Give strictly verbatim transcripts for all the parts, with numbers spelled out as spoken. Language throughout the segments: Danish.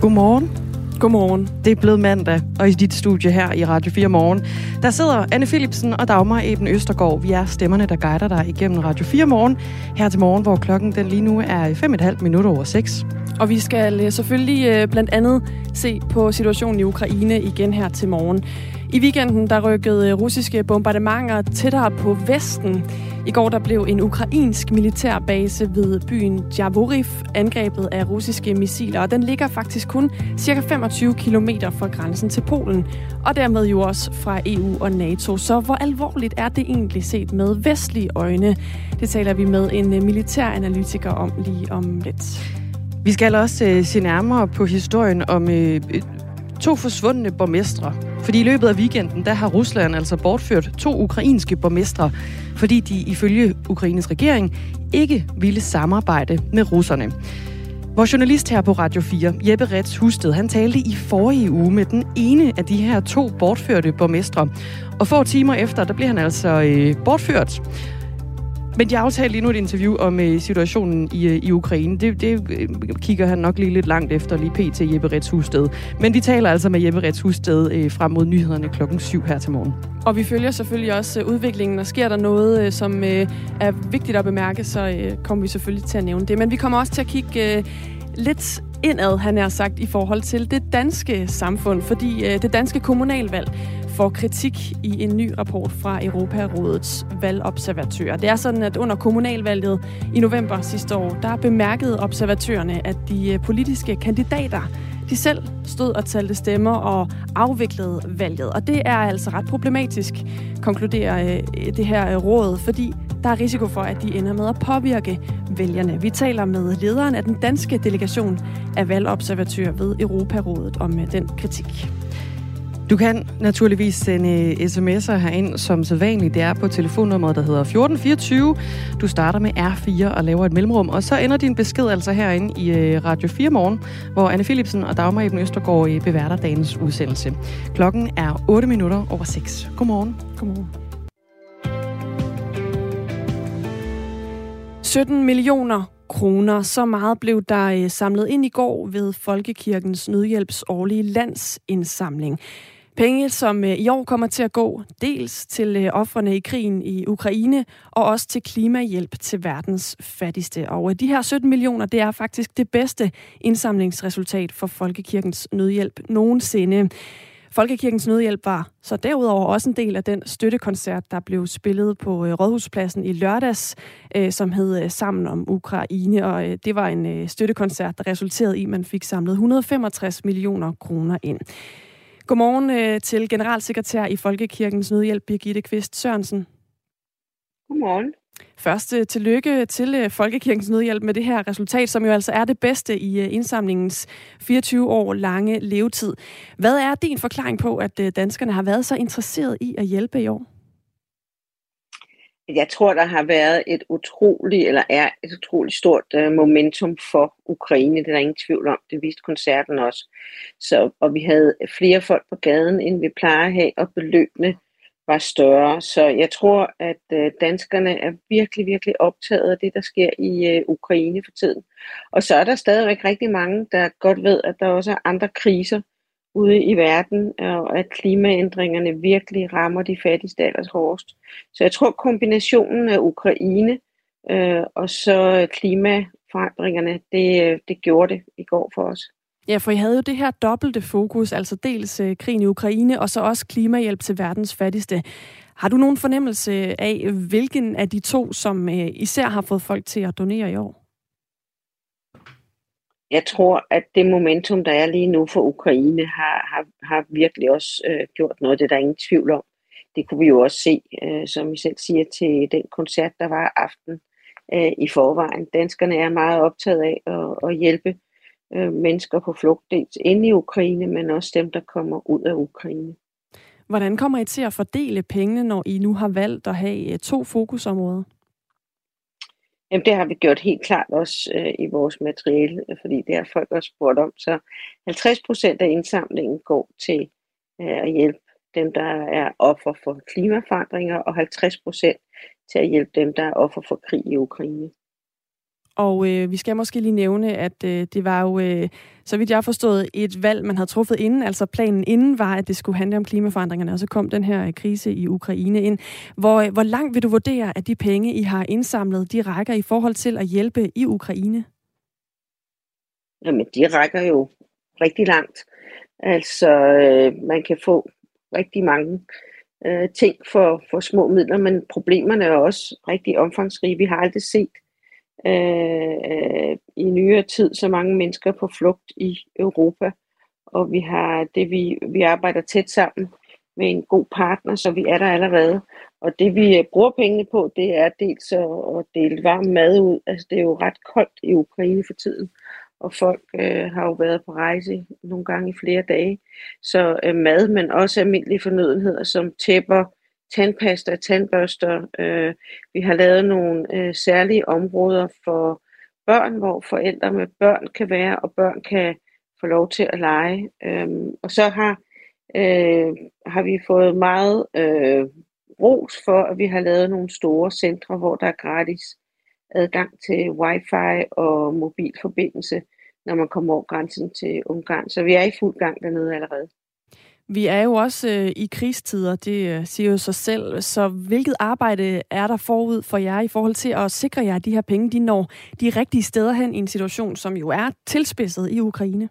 Godmorgen. Godmorgen. Det er blevet mandag, og i dit studie her i Radio fire Morgen, der sidder Anne Philipsen og Dagmar Eben Østergaard. Vi er stemmerne, der guider dig igennem Radio fire Morgen her til morgen, hvor klokken den lige nu er fem og et halvt minutter over seks. Og vi skal selvfølgelig blandt andet se på situationen i Ukraine igen her til morgen. I weekenden der rykkede russiske bombardementer tættere på Vesten. I går der blev en ukrainsk militærbase ved byen Javoriv angrebet af russiske missiler, og den ligger faktisk kun cirka femogtyve kilometer fra grænsen til Polen, og dermed jo også fra E U og NATO. Så hvor alvorligt er det egentlig set med vestlige øjne? Det taler vi med en militæranalytiker om lige om lidt. Vi skal også øh, se nærmere på historien om øh, to forsvundne borgmestre. Fordi i løbet af weekenden, der har Rusland altså bortført to ukrainske borgmestre, fordi de ifølge Ukraines regering ikke ville samarbejde med russerne. Vores journalist her på Radio fire, Jeppe Retz Husted, han talte i forrige uge med den ene af de her to bortførte borgmestre. Og få timer efter, der blev han altså øh, bortført. Men de aftalte lige nu et interview om øh, situationen i, øh, i Ukraine. Det, det øh, kigger han nok lige lidt langt efter, lige pt. Jeppe Retz Husted. Men vi taler altså med Jeppe Retz Husted øh, frem mod nyhederne klokken syv her til morgen. Og vi følger selvfølgelig også øh, udviklingen, og sker der noget, øh, som øh, er vigtigt at bemærke, så øh, kommer vi selvfølgelig til at nævne det. Men vi kommer også til at kigge øh, lidt indad, han har sagt, i forhold til det danske samfund, fordi øh, det danske kommunalvalg får kritik i en ny rapport fra Europarådets valgobservatører. Det er sådan, at under kommunalvalget i november sidste år, der bemærkede observatørerne, at de politiske kandidater, de selv stod og talte stemmer og afviklede valget. Og det er altså ret problematisk, konkluderer det her råd, fordi der er risiko for, at de ender med at påvirke vælgerne. Vi taler med lederen af den danske delegation af valgobservatører ved Europarådet om den kritik. Du kan naturligvis sende sms'er herind, som sædvanligt. Det er på telefonnummeret, der hedder fjorten fireogtyve. Du starter med R fire og laver et mellemrum, og så ender din besked altså herinde i Radio fire Morgen, hvor Anne Philipsen og Dagmar Eben Østergaard beværter dagens udsendelse. Klokken er otte minutter over seks. Godmorgen. Godmorgen. sytten millioner kroner. Så meget blev der samlet ind i går ved Folkekirkens Nødhjælps årlige landsindsamling. Penge, som i år kommer til at gå dels til ofrene i krigen i Ukraine, og også til klimahjælp til verdens fattigste. Og de her sytten millioner, det er faktisk det bedste indsamlingsresultat for Folkekirkens Nødhjælp nogensinde. Folkekirkens Nødhjælp var så derudover også en del af den støttekoncert, der blev spillet på Rådhuspladsen i lørdags, som hed Sammen om Ukraine. Og det var en støttekoncert, der resulterede i, at man fik samlet et hundrede og femogtres millioner kroner ind. Godmorgen til generalsekretær i Folkekirkens Nødhjælp, Birgitte Kvist Sørensen. Godmorgen. Først tillykke til Folkekirkens Nødhjælp med det her resultat, som jo altså er det bedste i indsamlingens fireogtyve år lange levetid. Hvad er din forklaring på, at danskerne har været så interesseret i at hjælpe i år? Jeg tror, der har været et utroligt, eller er et utroligt stort momentum for Ukraine. Det er der ingen tvivl om. Det viste koncerten også. Så, og vi havde flere folk på gaden, end vi plejer at have, og beløbene var større. Så jeg tror, at danskerne er virkelig, virkelig optaget af det, der sker i Ukraine for tiden. Og så er der stadigvæk rigtig mange, der godt ved, at der også er andre kriser ude i verden, og at klimaændringerne virkelig rammer de fattigste allerhårdest. Så jeg tror, kombinationen af Ukraine øh, og så klimaforandringerne, det, det gjorde det i går for os. Ja, for I havde jo det her dobbelte fokus, altså dels øh, krigen i Ukraine, og så også klimahjælp til verdens fattigste. Har du nogen fornemmelse af, hvilken af de to, som øh, især har fået folk til at donere i år? Jeg tror, at det momentum, der er lige nu for Ukraine, har, har, har virkelig også øh, gjort noget. Det er der ingen tvivl om. Det kunne vi jo også se, øh, som I selv siger, til den koncert, der var aften øh, i forvejen. Danskerne er meget optaget af at, at hjælpe øh, mennesker på flugt, dels inde i Ukraine, men også dem, der kommer ud af Ukraine. Hvordan kommer I til at fordele pengene, når I nu har valgt at have to fokusområder? Jamen, det har vi gjort helt klart også øh, i vores materiale, fordi det har folk også spurgt om. Så halvtreds procent af indsamlingen går til øh, at hjælpe dem, der er offer for klimaforandringer, og halvtreds procent til at hjælpe dem, der er offer for krig i Ukraine. Og øh, vi skal måske lige nævne, at øh, det var jo, øh, så vidt jeg har forstået, et valg, man havde truffet inden. Altså planen inden var, at det skulle handle om klimaforandringerne, og så kom den her krise i Ukraine ind. Hvor, øh, hvor langt vil du vurdere, at de penge, I har indsamlet, de rækker i forhold til at hjælpe i Ukraine? Jamen, de rækker jo rigtig langt. Altså, øh, man kan få rigtig mange øh, ting for, for små midler, men problemerne er også rigtig omfangsrige. Vi har aldrig set øh, i nyere tid så mange mennesker på flugt i Europa, og vi har det vi vi arbejder tæt sammen med en god partner, så vi er der allerede. Og det vi bruger pengene på, det er dels at dele varm mad ud. Altså, det er jo ret koldt i Ukraine for tiden, og folk øh, har jo været på rejse nogle gange i flere dage. Så øh, mad, men også almindelige fornødenheder som tæpper, tandpasta, tandbørster. Øh, vi har lavet nogle øh, særlige områder for børn, hvor forældre med børn kan være, og børn kan få lov til at lege. Øhm, og så har, øh, har vi fået meget øh, ros for, at vi har lavet nogle store centre, hvor der er gratis adgang til wifi og mobilforbindelse, når man kommer over grænsen til Ungarn. Så vi er i fuld gang dernede allerede. Vi er jo også øh, i krigstider, det øh, siger jo sig selv. Så hvilket arbejde er der forud for jer i forhold til at sikre jer, at de her penge, de når de rigtige steder hen i en situation, som jo er tilspidset i Ukraine?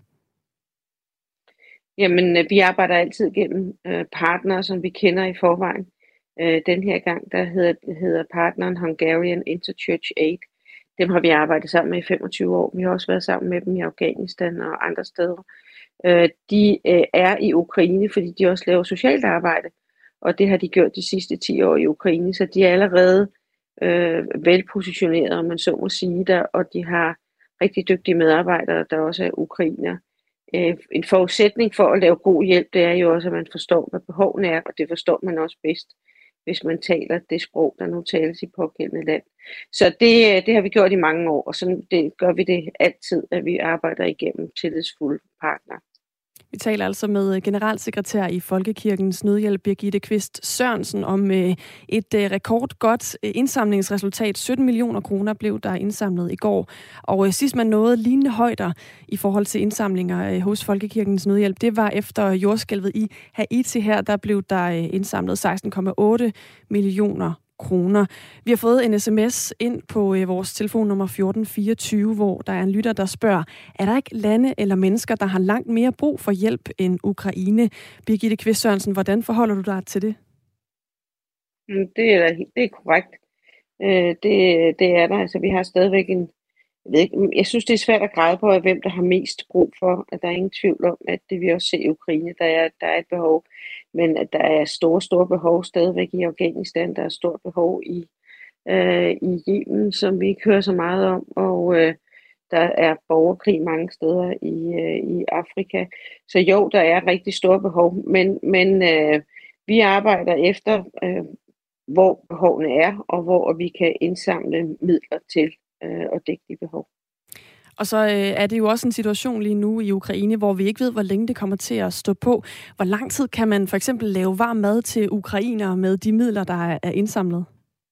Jamen, vi arbejder altid gennem øh, partnere, som vi kender i forvejen. Øh, den her gang, der hedder, hedder partneren Hungarian Interchurch Aid. Dem har vi arbejdet sammen med i femogtyve år. Vi har også været sammen med dem i Afghanistan og andre steder. Øh, de øh, er i Ukraine, fordi de også laver socialt arbejde, og det har de gjort de sidste ti år i Ukraine, så de er allerede øh, velpositioneret, om man så må sige der, og de har rigtig dygtige medarbejdere, der også er ukrainer. Øh, en forudsætning for at lave god hjælp, det er jo også, at man forstår, hvad behovene er, og det forstår man også bedst, hvis man taler det sprog, der nu tales i pågældende land. Så det, det har vi gjort i mange år, og sådan det, gør vi det altid, at vi arbejder igennem tillidsfulde partnere. Vi taler altså med generalsekretær i Folkekirkens Nødhjælp, Birgitte Kvist Sørensen, om et rekordgodt indsamlingsresultat. sytten millioner kroner blev der indsamlet i går. Og sidst man nåede lignende højder i forhold til indsamlinger hos Folkekirkens Nødhjælp, det var efter jordskælvet i Haiti her, der blev der indsamlet seksten komma otte millioner kroner. Vi har fået en sms ind på øh, vores telefonnummer fjorten fireogtyve, hvor der er en lytter, der spørger, er der ikke lande eller mennesker, der har langt mere brug for hjælp end Ukraine? Birgitte Kvist Sørensen, hvordan forholder du dig til det? Det er, det er korrekt. Øh, det, det er der. Altså, vi har stadigvæk en... Jeg, ved ikke, jeg synes, det er svært at græde på, hvem der har mest brug for. At der er ingen tvivl om, at det vi også ser i Ukraine, der er, der er et behov. Men at der er store, store behov stadigvæk i Afghanistan. Der er stort behov i, øh, i Yemen, som vi ikke hører så meget om. Og øh, der er borgerkrig mange steder i, øh, i Afrika. Så jo, der er rigtig store behov. Men, men øh, vi arbejder efter, øh, hvor behovene er, og hvor vi kan indsamle midler til og dække de behov. Og så øh, er det jo også en situation lige nu i Ukraine, hvor vi ikke ved, hvor længe det kommer til at stå på. Hvor lang tid kan man for eksempel lave varm mad til ukrainere med de midler, der er, er indsamlet?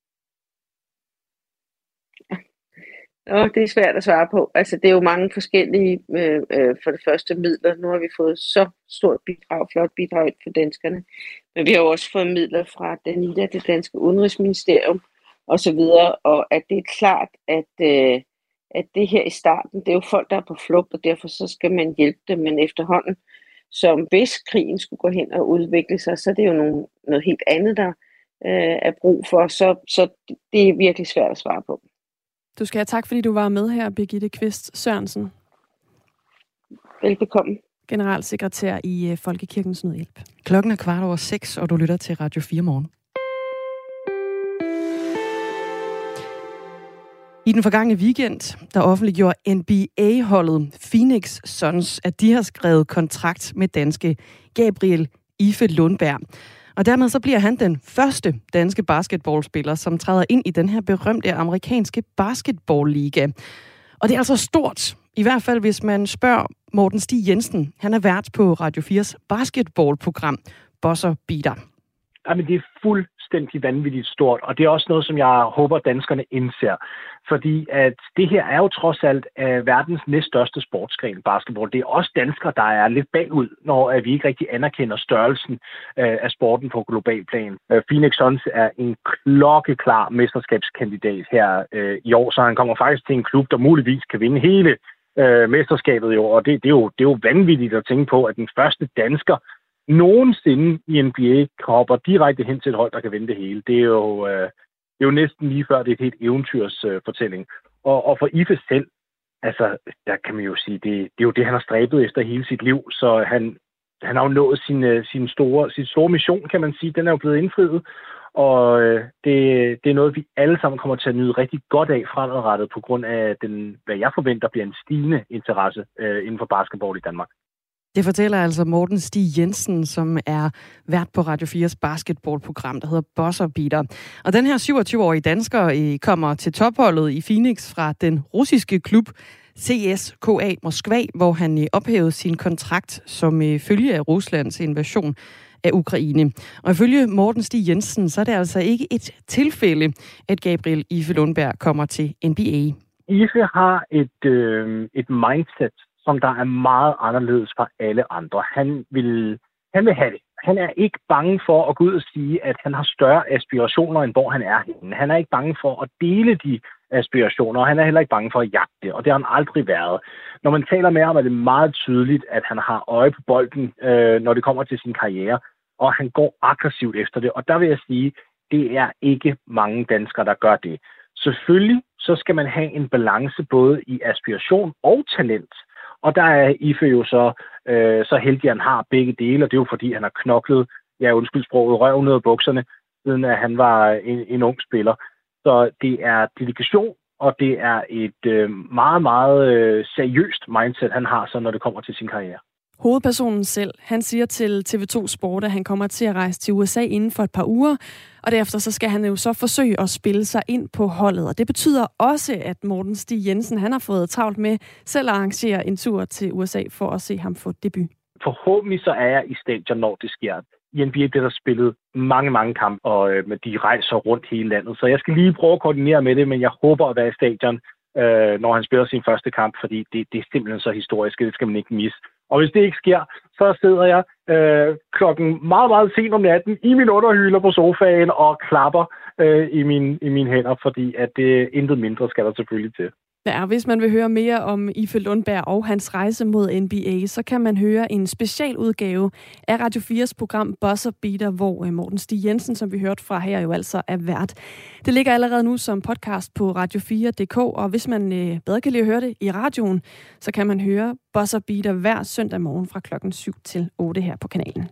Ja, det er svært at svare på. Altså, det er jo mange forskellige, øh, øh, for det første midler. Nu har vi fået så stort bidrag, flot bidrag for danskerne. Men vi har jo også fået midler fra DANIDA, det danske udenrigsministerium, og så videre, og at det er klart, at, øh, at det her i starten, det er jo folk, der er på flugt, og derfor så skal man hjælpe dem, men efterhånden, som hvis krigen skulle gå hen og udvikle sig, så er det jo nogle, noget helt andet, der øh, er brug for, så, så det er virkelig svært at svare på. Du skal have tak, fordi du var med her, Birgitte Kvist Sørensen. Velbekomme. Generalsekretær i Folkekirkens Nødhjælp. Klokken er kvart over seks, og du lytter til Radio fire Morgen. I den forgangne weekend, der offentliggjorde N B A-holdet Phoenix Suns, at de har skrevet kontrakt med danske Gabriel Ife Lundberg. Og dermed så bliver han den første danske basketballspiller, som træder ind i den her berømte amerikanske basketballliga. Og det er altså stort, i hvert fald hvis man spørger Morten Stig Jensen. Han er vært på Radio fires basketballprogram Buzzer Beater. Jamen, det er fuldstændig vanvittigt stort, og det er også noget, som jeg håber, danskerne indser. Fordi at det her er jo trods alt uh, verdens næststørste sportsgren, basketball. Det er også danskere, der er lidt bagud, når uh, vi ikke rigtig anerkender størrelsen uh, af sporten på global plan. Uh, Phoenix Suns er en klokkeklar mesterskabskandidat her uh, i år, så han kommer faktisk til en klub, der muligvis kan vinde hele uh, mesterskabet i år. Og det, det, er jo, det er jo vanvittigt at tænke på, at den første dansker nogensinde i N B A hopper direkte hen til et hold, der kan vinde det hele. Det er jo, øh, det er jo næsten lige før, det er et helt eventyrs øh, fortælling. Og, og for Ife selv, altså, der kan man jo sige, det, det er jo det, han har stræbet efter hele sit liv, så han, han har jo nået sin, øh, sin, store, sin store mission, kan man sige. Den er jo blevet indfriet, og øh, det, det er noget, vi alle sammen kommer til at nyde rigtig godt af fremadrettet, på grund af den, hvad jeg forventer bliver en stigende interesse øh, inden for basketball i Danmark. Det fortæller altså Morten Stig Jensen, som er vært på Radio fires basketballprogram, der hedder Buzzer Beater. Og den her syvogtyve-årige dansker kommer til topholdet i Phoenix fra den russiske klub C S K A Moskva, hvor han ophævede sin kontrakt som følge af Ruslands invasion af Ukraine. Og ifølge Morten Stig Jensen, så er det altså ikke et tilfælde, at Gabriel Ife Lundberg kommer til N B A. Ife har et, øh, et mindset, som der er meget anderledes fra alle andre. Han vil, han vil have det. Han er ikke bange for at gå ud og sige, at han har større aspirationer, end hvor han er henne. Han er ikke bange for at dele de aspirationer, og han er heller ikke bange for at jagte det, og det har han aldrig været. Når man taler med ham, er det meget tydeligt, at han har øje på bolden, øh, når det kommer til sin karriere, og han går aggressivt efter det. Og der vil jeg sige, det er ikke mange danskere, der gør det. Selvfølgelig så skal man have en balance både i aspiration og talent. Og der er Ife jo så, øh, så heldig, at han har begge dele, og det er jo fordi, han har knoklet, ja undskyld sproget, røv ned af bukserne, siden at han var en, en ung spiller. Så det er dedikation, og det er et øh, meget, meget øh, seriøst mindset, han har, så når det kommer til sin karriere. Hovedpersonen selv, han siger til T V to Sport, at han kommer til at rejse til U S A inden for et par uger, og derefter så skal han jo så forsøge at spille sig ind på holdet. Og det betyder også, at Morten Stig Jensen, han har fået travlt med selv at arrangere en tur til U S A for at se ham få debut. Forhåbentlig så er jeg i stadion, når det sker. I N B A bliver der spillet mange, mange kampe, og øh, de rejser rundt hele landet. Så jeg skal lige prøve at koordinere med det, men jeg håber at være i stadion, øh, når han spiller sin første kamp, fordi det, det er simpelthen så historisk, det skal man ikke misse. Og hvis det ikke sker, så sidder jeg øh, klokken meget, meget sent om natten i min underhylder på sofaen og klapper øh, i, min, i mine hænder, fordi at det intet mindre skal der selvfølgelig til. Ja, hvis man vil høre mere om Ife Lundberg og hans rejse mod N B A, så kan man høre en specialudgave af Radio fires program Buzzer Beater, hvor Morten Stig Jensen, som vi hørte fra her, jo altså er vært. Det ligger allerede nu som podcast på radio fire punktum d k, og hvis man øh, bedre kan lide at høre det i radioen, så kan man høre Buzzer Beater hver søndag morgen fra klokken syv til otte her på kanalen.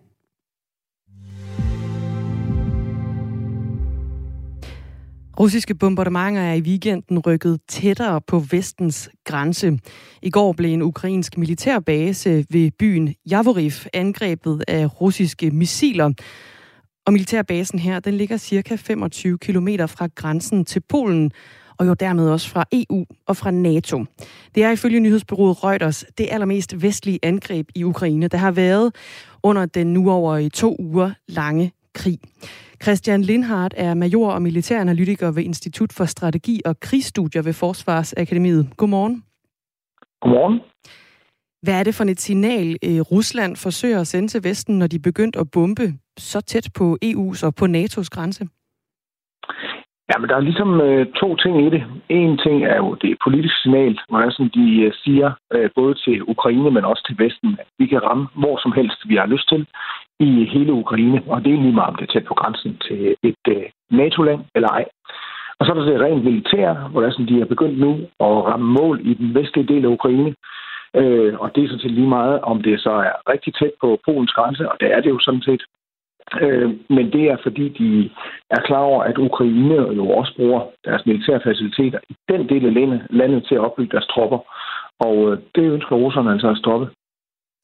Russiske bombardementer er i weekenden rykket tættere på vestens grænse. I går blev en ukrainsk militærbase ved byen Javoriv angrebet af russiske missiler. Og militærbasen her, den ligger cirka femogtyve kilometer fra grænsen til Polen, og jo dermed også fra E U og fra NATO. Det er ifølge nyhedsbureauet Reuters det allermest vestlige angreb i Ukraine, der har været under den nu over i to uger lange krig. Christian Lindhardt er major og militæranalytiker ved Institut for Strategi og Krigsstudier ved Forsvarsakademiet. Godmorgen. Godmorgen. Hvad er det for et signal, Rusland forsøger at sende til Vesten, når de begyndte at bombe så tæt på E U's og på NATO's grænse? Jamen, der er ligesom øh, to ting i det. En ting er jo det politiske signal, hvordan som de øh, siger, øh, både til Ukraine, men også til Vesten, at vi kan ramme hvor som helst, vi har lyst til, i hele Ukraine. Og det er lige meget, om det er tæt på grænsen til et øh, NATO-land eller ej. Og så er der det rent militær, hvordan som de er begyndt nu at ramme mål i den vestlige del af Ukraine. Øh, og det er sådan set lige meget, om det så er rigtig tæt på Polens grænse, og det er det jo sådan set. Øh, men det er fordi, de er klar over, at Ukraine jo også bruger deres militære faciliteter i den del af landet, landet til at opbygge deres tropper. Og øh, det ønsker russerne altså at stoppe.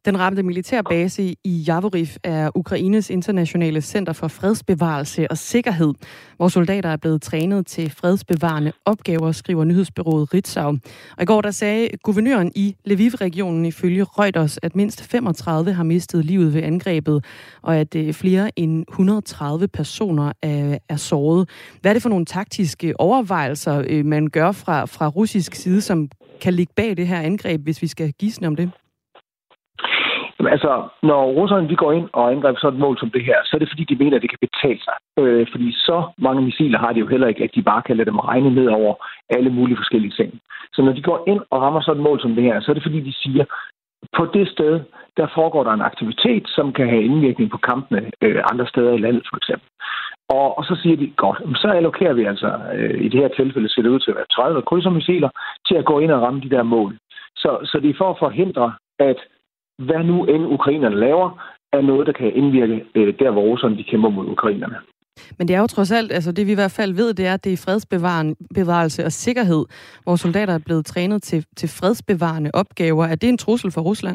Den ramte militærbase i Javorif er Ukraines internationale center for fredsbevarelse og sikkerhed, hvor soldater er blevet trænet til fredsbevarende opgaver, skriver nyhedsbureauet Ritzau. Og i går der sagde guvernøren i Lviv-regionen ifølge Reuters, at mindst femogtredive har mistet livet ved angrebet, og at flere end et hundrede og tredive personer er, er såret. Hvad er det for nogle taktiske overvejelser, man gør fra, fra russisk side, som kan ligge bag det her angreb, hvis vi skal gisne om det? Jamen, altså, når russerne de går ind og angriber sådan et mål som det her, så er det fordi, de mener, at det kan betale sig. Øh, fordi så mange missiler har de jo heller ikke, at de bare kan lade dem regne ned over alle mulige forskellige ting. Så når de går ind og rammer sådan et mål som det her, så er det fordi, de siger, på det sted, der foregår der en aktivitet, som kan have indvirkning på kampene øh, andre steder i landet, for eksempel. Og, og så siger de, godt, så allokerer vi altså, øh, i det her tilfælde ser det ud til at være tredive krydsermissiler, til at gå ind og ramme de der mål. Så, så det er for at forhindre, at hvad nu end ukrainerne laver, er noget, der kan indvirke øh, der, hvor russerne de kæmper mod ukrainerne. Men det er jo trods alt, altså det vi i hvert fald ved, det er, at det er fredsbevarelse og sikkerhed, hvor soldater er blevet trænet til, til fredsbevarende opgaver. Er det en trussel for Rusland?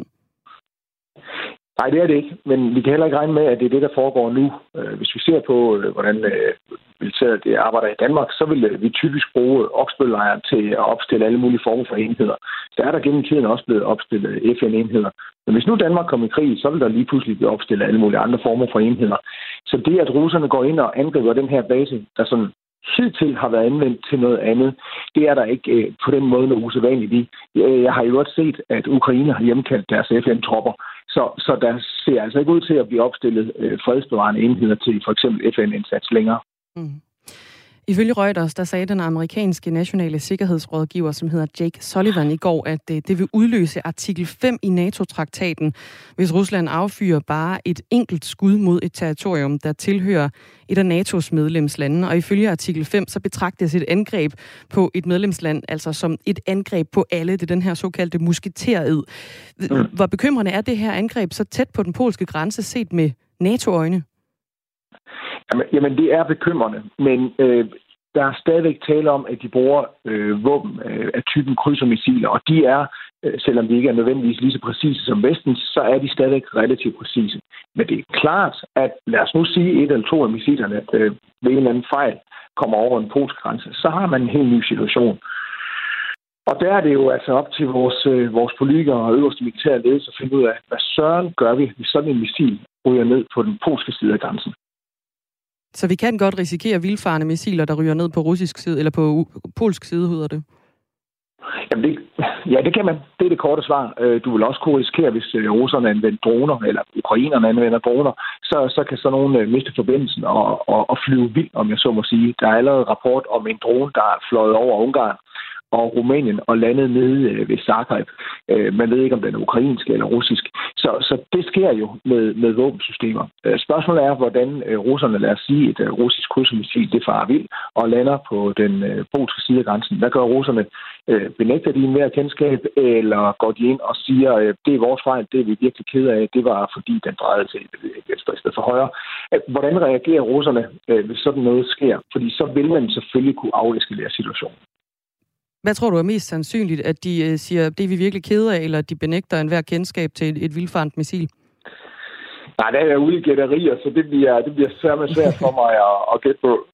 Nej, det er det ikke, men vi kan heller ikke regne med, at det er det, der foregår nu. Hvis vi ser på, hvordan militæret det arbejder i Danmark, så vil vi typisk bruge Oksbøllejren til at opstille alle mulige former for enheder. Der er der gennem tiden også blevet opstillet F N-enheder. Men hvis nu Danmark kommer i krig, så vil der lige pludselig blive opstillet alle mulige andre former for enheder. Så det, at russerne går ind og angriber den her base, der sådan hidtil har været anvendt til noget andet, det er der ikke øh, på den måde noget usædvanligt i. Jeg har jo også set, at Ukraine har hjemkaldt deres F N-tropper, så, så der ser altså ikke ud til at blive opstillet øh, fredsbevarende enheder til for eksempel F N-indsats længere. Mm. Ifølge Reuters, der sagde den amerikanske nationale sikkerhedsrådgiver, som hedder Jake Sullivan i går, at det vil udløse artikel fem i NATO-traktaten, hvis Rusland affyrer bare et enkelt skud mod et territorium, der tilhører et af N A T O's medlemslande. Og ifølge artikel fem, så betragtes et angreb på et medlemsland altså som et angreb på alle. Det er den her såkaldte musketered. Hvor bekymrende er det her angreb så tæt på den polske grænse set med NATO-øjne? Jamen, jamen, det er bekymrende, men øh, der er stadigvæk tale om, at de bruger øh, våben øh, af typen krydsermissiler, og de er, øh, selvom de ikke er nødvendigvis lige så præcise som Vestens, så er de stadigvæk relativt præcise. Men det er klart, at lad os nu sige, et eller to af missilerne øh, ved en eller anden fejl kommer over en polsk grænse, så har man en helt ny situation. Og der er det jo altså op til vores, øh, vores politikere og øverste militære ledelse at finde ud af, hvad søren gør vi, hvis sådan en missil ryger ned på den polske side af grænsen. Så vi kan godt risikere vildfarne missiler, der ryger ned på russisk side, eller på u- polsk side, hedder det? Jamen det, ja, det kan man. Det er det korte svar. Du vil også kunne risikere, hvis russerne anvender droner, eller ukrainerne anvender droner, så, så kan sådan nogen miste forbindelsen og, og, og flyve vildt, om jeg så må sige. Der er allerede rapport om en drone, der er fløjet over Ungarn og Rumænien og landet nede ved Zagreb. Man ved ikke, om den er ukrainsk eller russisk. Så, så det sker jo med, med våbensystemer. Spørgsmålet er, hvordan russerne, lad os sige, et russisk krydsermissil, det farer vildt og lander på den polske side af grænsen. Hvad gør russerne? Benægter de enhver kendskab, eller går de ind og siger, det er vores fejl, det er vi virkelig ked af, det var fordi den drejede til venstre i stedet for højre. Hvordan reagerer russerne, hvis sådan noget sker? Fordi så vil man selvfølgelig kunne afeskalere situationen. Hvad tror du er mest sandsynligt, at de øh, siger, det er vi virkelig kede af, eller at de benægter enhver kendskab til et, et vildfarent missil? Nej, det er ude i gætterier, så det bliver, det bliver særligt svært for mig at, at gætte på.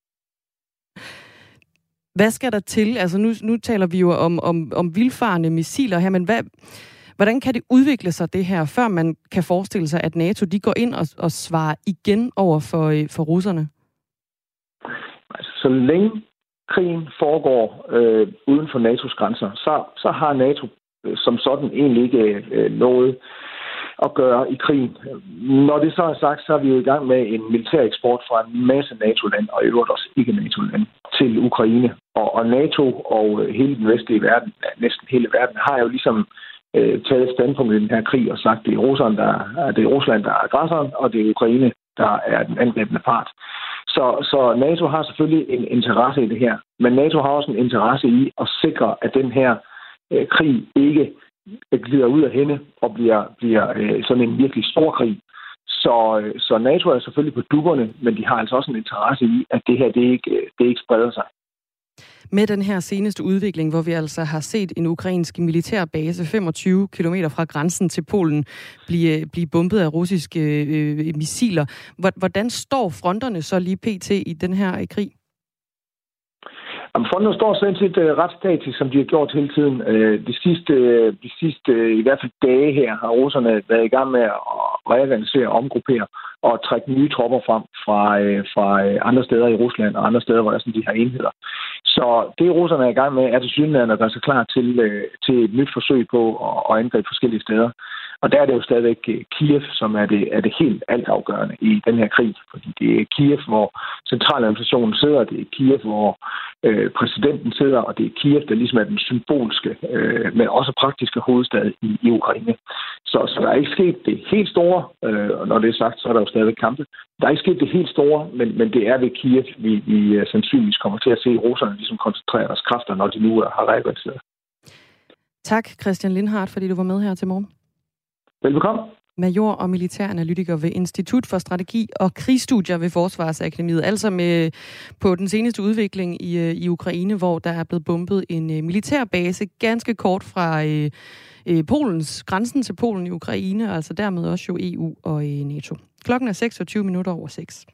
Hvad skal der til? Altså nu, nu taler vi jo om, om, om vildfarne missiler her, men hvad, hvordan kan det udvikle sig det her, før man kan forestille sig, at NATO de går ind og, og svarer igen over for, for russerne? Altså, så længe krigen foregår øh, uden for N A T O's grænser, så, så har NATO øh, som sådan egentlig ikke øh, noget at gøre i krigen. Når det så er sagt, så er vi jo i gang med en militær eksport fra en masse NATO-lande, og i øvrigt også ikke NATO-lande, til Ukraine. Og, og NATO og hele den vestlige verden, næsten hele verden, har jo ligesom øh, taget standpunkt i den her krig og sagt, at det er Rusland, der, det er Rusland, der er aggressoren, og det er Ukraine, der er den angrebne part. Så, så NATO har selvfølgelig en interesse i det her, men NATO har også en interesse i at sikre, at den her øh, krig ikke glider ud af hende og bliver, bliver øh, sådan en virkelig stor krig. Så, øh, så NATO er selvfølgelig på dupperne, men de har altså også en interesse i, at det her det ikke, det ikke spreder sig. med den her seneste udvikling, hvor vi altså har set en ukrainsk militærbase femogtyve kilometer fra grænsen til Polen blive, blive bombet af russiske øh, missiler. Hvordan står fronterne så lige pt. I den her øh, krig? Jamen, fronterne står sådan set uh, ret statisk, som de har gjort hele tiden. Uh, de sidste, uh, de sidste uh, i hvert fald dage her, har russerne været i gang med at reorganisere og omgruppere og trække nye tropper frem fra, uh, fra uh, andre steder i Rusland og andre steder, hvor der sådan, de har enheder. Så det, russerne er i gang med, er tilsyneladende at gøre sig klar til, uh, til et nyt forsøg på at, at angribe forskellige steder. Og der er det jo stadigvæk Kiev, som er det, er det helt altafgørende i den her krig. Fordi det er Kiev, hvor centraladministrationen sidder, det er Kiev, hvor øh, præsidenten sidder, og det er Kiev, der ligesom er den symbolske, øh, men også praktiske hovedstad i, i Ukraine. Så, så der er ikke sket det helt store, øh, og når det er sagt, så er der jo stadigvæk kampe. Der er ikke sket det helt store, men, men det er ved Kiev, vi, vi sandsynligvis kommer til at se russerne ligesom koncentrere deres kræfter, når de nu har reageret. Tak, Christian Lindhardt, fordi du var med her til morgen. Velbekomme. Major og militæranalytiker ved Institut for Strategi og Krigsstudier ved Forsvarsakademiet. Altså med på den seneste udvikling i, i Ukraine, hvor der er blevet bombet en militærbase ganske kort fra øh, øh, Polens, grænsen til Polen i Ukraine, altså dermed også jo E U og øh, NATO. Klokken er seksogtyve minutter over seks.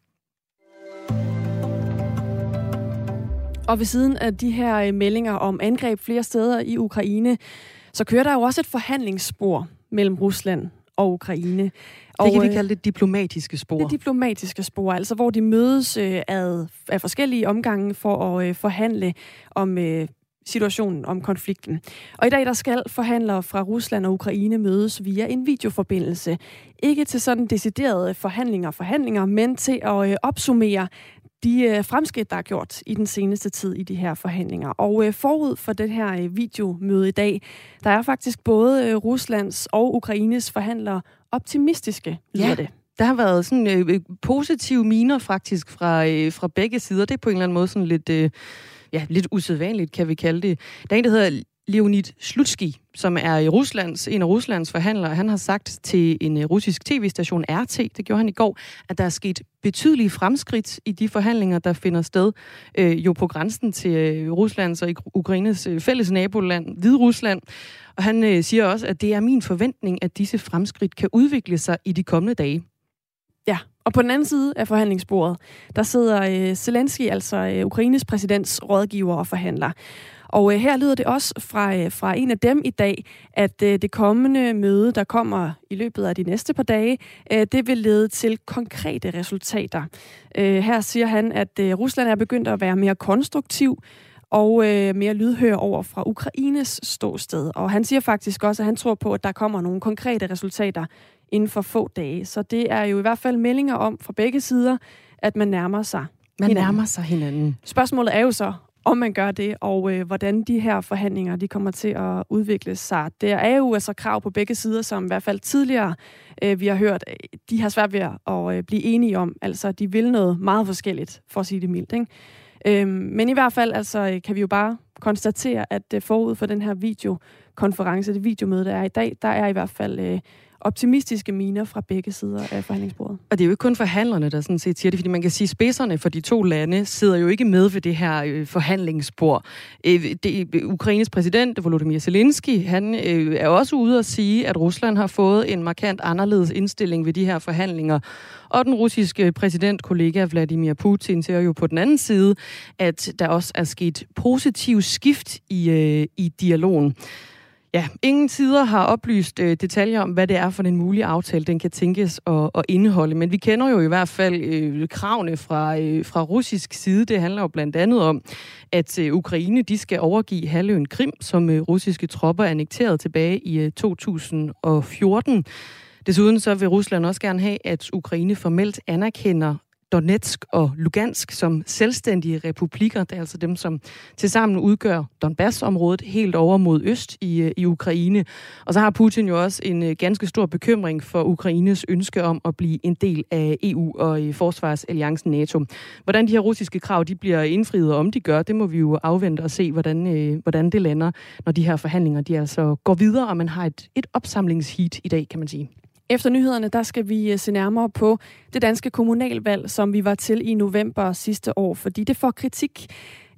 Og ved siden af de her meldinger om angreb flere steder i Ukraine, så kører der jo også et forhandlingsspor mellem Rusland og Ukraine. Og det kan vi kalde det diplomatiske spor. Det diplomatiske spor, altså hvor de mødes øh, ad, af forskellige omgange for at øh, forhandle om øh, situationen, om konflikten. Og i dag der skal forhandlere fra Rusland og Ukraine mødes via en videoforbindelse. Ikke til sådan deciderede forhandlinger, forhandlinger, men til at øh, opsummere de øh, fremskridt, der er gjort i den seneste tid i de her forhandlinger. Og øh, forud for det her øh, videomøde i dag, der er faktisk både øh, Ruslands og Ukraines forhandlere optimistiske, lyder ja. det. Der har været sådan øh, positive miner faktisk fra, øh, fra begge sider. Det er på en eller anden måde sådan lidt, øh, ja, lidt usædvanligt, kan vi kalde det. Der er en, der hedder Leonid Slutsky, som er i Ruslands, en af Ruslands forhandlere. Han har sagt til en russisk tv-station R T, det gjorde han i går, at der er sket betydelige fremskridt i de forhandlinger, der finder sted øh, jo på grænsen til øh, Ruslands og Ukraines øh, fælles naboland, Hviderusland. Og han øh, siger også, at det er min forventning, at disse fremskridt kan udvikle sig i de kommende dage. Ja, og på den anden side af forhandlingsbordet, der sidder øh, Zelensky, altså øh, Ukraines præsidents rådgiver og forhandler. Og øh, her lyder det også fra, øh, fra en af dem i dag, at øh, det kommende møde, der kommer i løbet af de næste par dage, øh, det vil lede til konkrete resultater. Øh, her siger han, at øh, Rusland er begyndt at være mere konstruktiv og øh, mere lydhør over fra Ukraines ståsted. Og han siger faktisk også, at han tror på, at der kommer nogle konkrete resultater inden for få dage. Så det er jo i hvert fald meldinger om fra begge sider, at man nærmer sig Man hinanden. nærmer sig hinanden. Spørgsmålet er jo så, om man gør det, og øh, hvordan de her forhandlinger de kommer til at udvikle sig. Der er jo altså krav på begge sider, som i hvert fald tidligere øh, vi har hørt, de har svært ved at øh, blive enige om. Altså, de vil noget meget forskelligt, for at sige det mildt, ikke? Øhm, men i hvert fald altså, kan vi jo bare konstatere, at øh, forud for den her videokonference, det videomøde, der er i dag, der er i hvert fald øh, optimistiske miner fra begge sider af forhandlingsbordet. Og det er jo ikke kun forhandlerne, der sådan set siger det, fordi man kan sige, at spidserne for de to lande sidder jo ikke med ved det her øh, forhandlingsbord. Øh, det, Ukraines præsident, Volodymyr Zelensky, han øh, er også ude at sige, at Rusland har fået en markant anderledes indstilling ved de her forhandlinger. Og den russiske præsidentkollega Vladimir Putin siger jo på den anden side, at der også er sket positiv skift i, øh, i dialogen. Ja, ingen sider har oplyst øh, detaljer om, hvad det er for en mulig aftale, den kan tænkes at, at indeholde. Men vi kender jo i hvert fald øh, kravene fra, øh, fra russisk side. Det handler jo blandt andet om, at øh, Ukraine de skal overgive halvøen Krim, som øh, russiske tropper annekterede tilbage i øh, to tusind og fjorten. Desuden så vil Rusland også gerne have, at Ukraine formelt anerkender Donetsk og Lugansk som selvstændige republikker. Det er altså dem, som tilsammen udgør Donbass-området helt over mod øst i, i Ukraine. Og så har Putin jo også en ganske stor bekymring for Ukraines ønske om at blive en del af E U og i forsvarsalliancen NATO. Hvordan de her russiske krav de bliver indfriet, og om de gør, det må vi jo afvente og se, hvordan, øh, hvordan det lander, når de her forhandlinger de altså går videre, og man har et, et opsamlingsheat i dag, kan man sige. Efter nyhederne, der skal vi se nærmere på det danske kommunalvalg, som vi var til i november sidste år, fordi det får kritik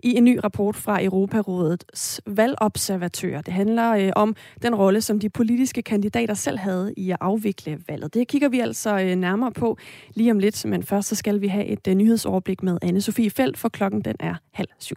i en ny rapport fra Europarådets valgobservatører. Det handler øh, om den rolle, som de politiske kandidater selv havde i at afvikle valget. Det kigger vi altså øh, nærmere på lige om lidt, men først så skal vi have et øh, nyhedsoverblik med Anne-Sophie Felt, for klokken den er halv syv.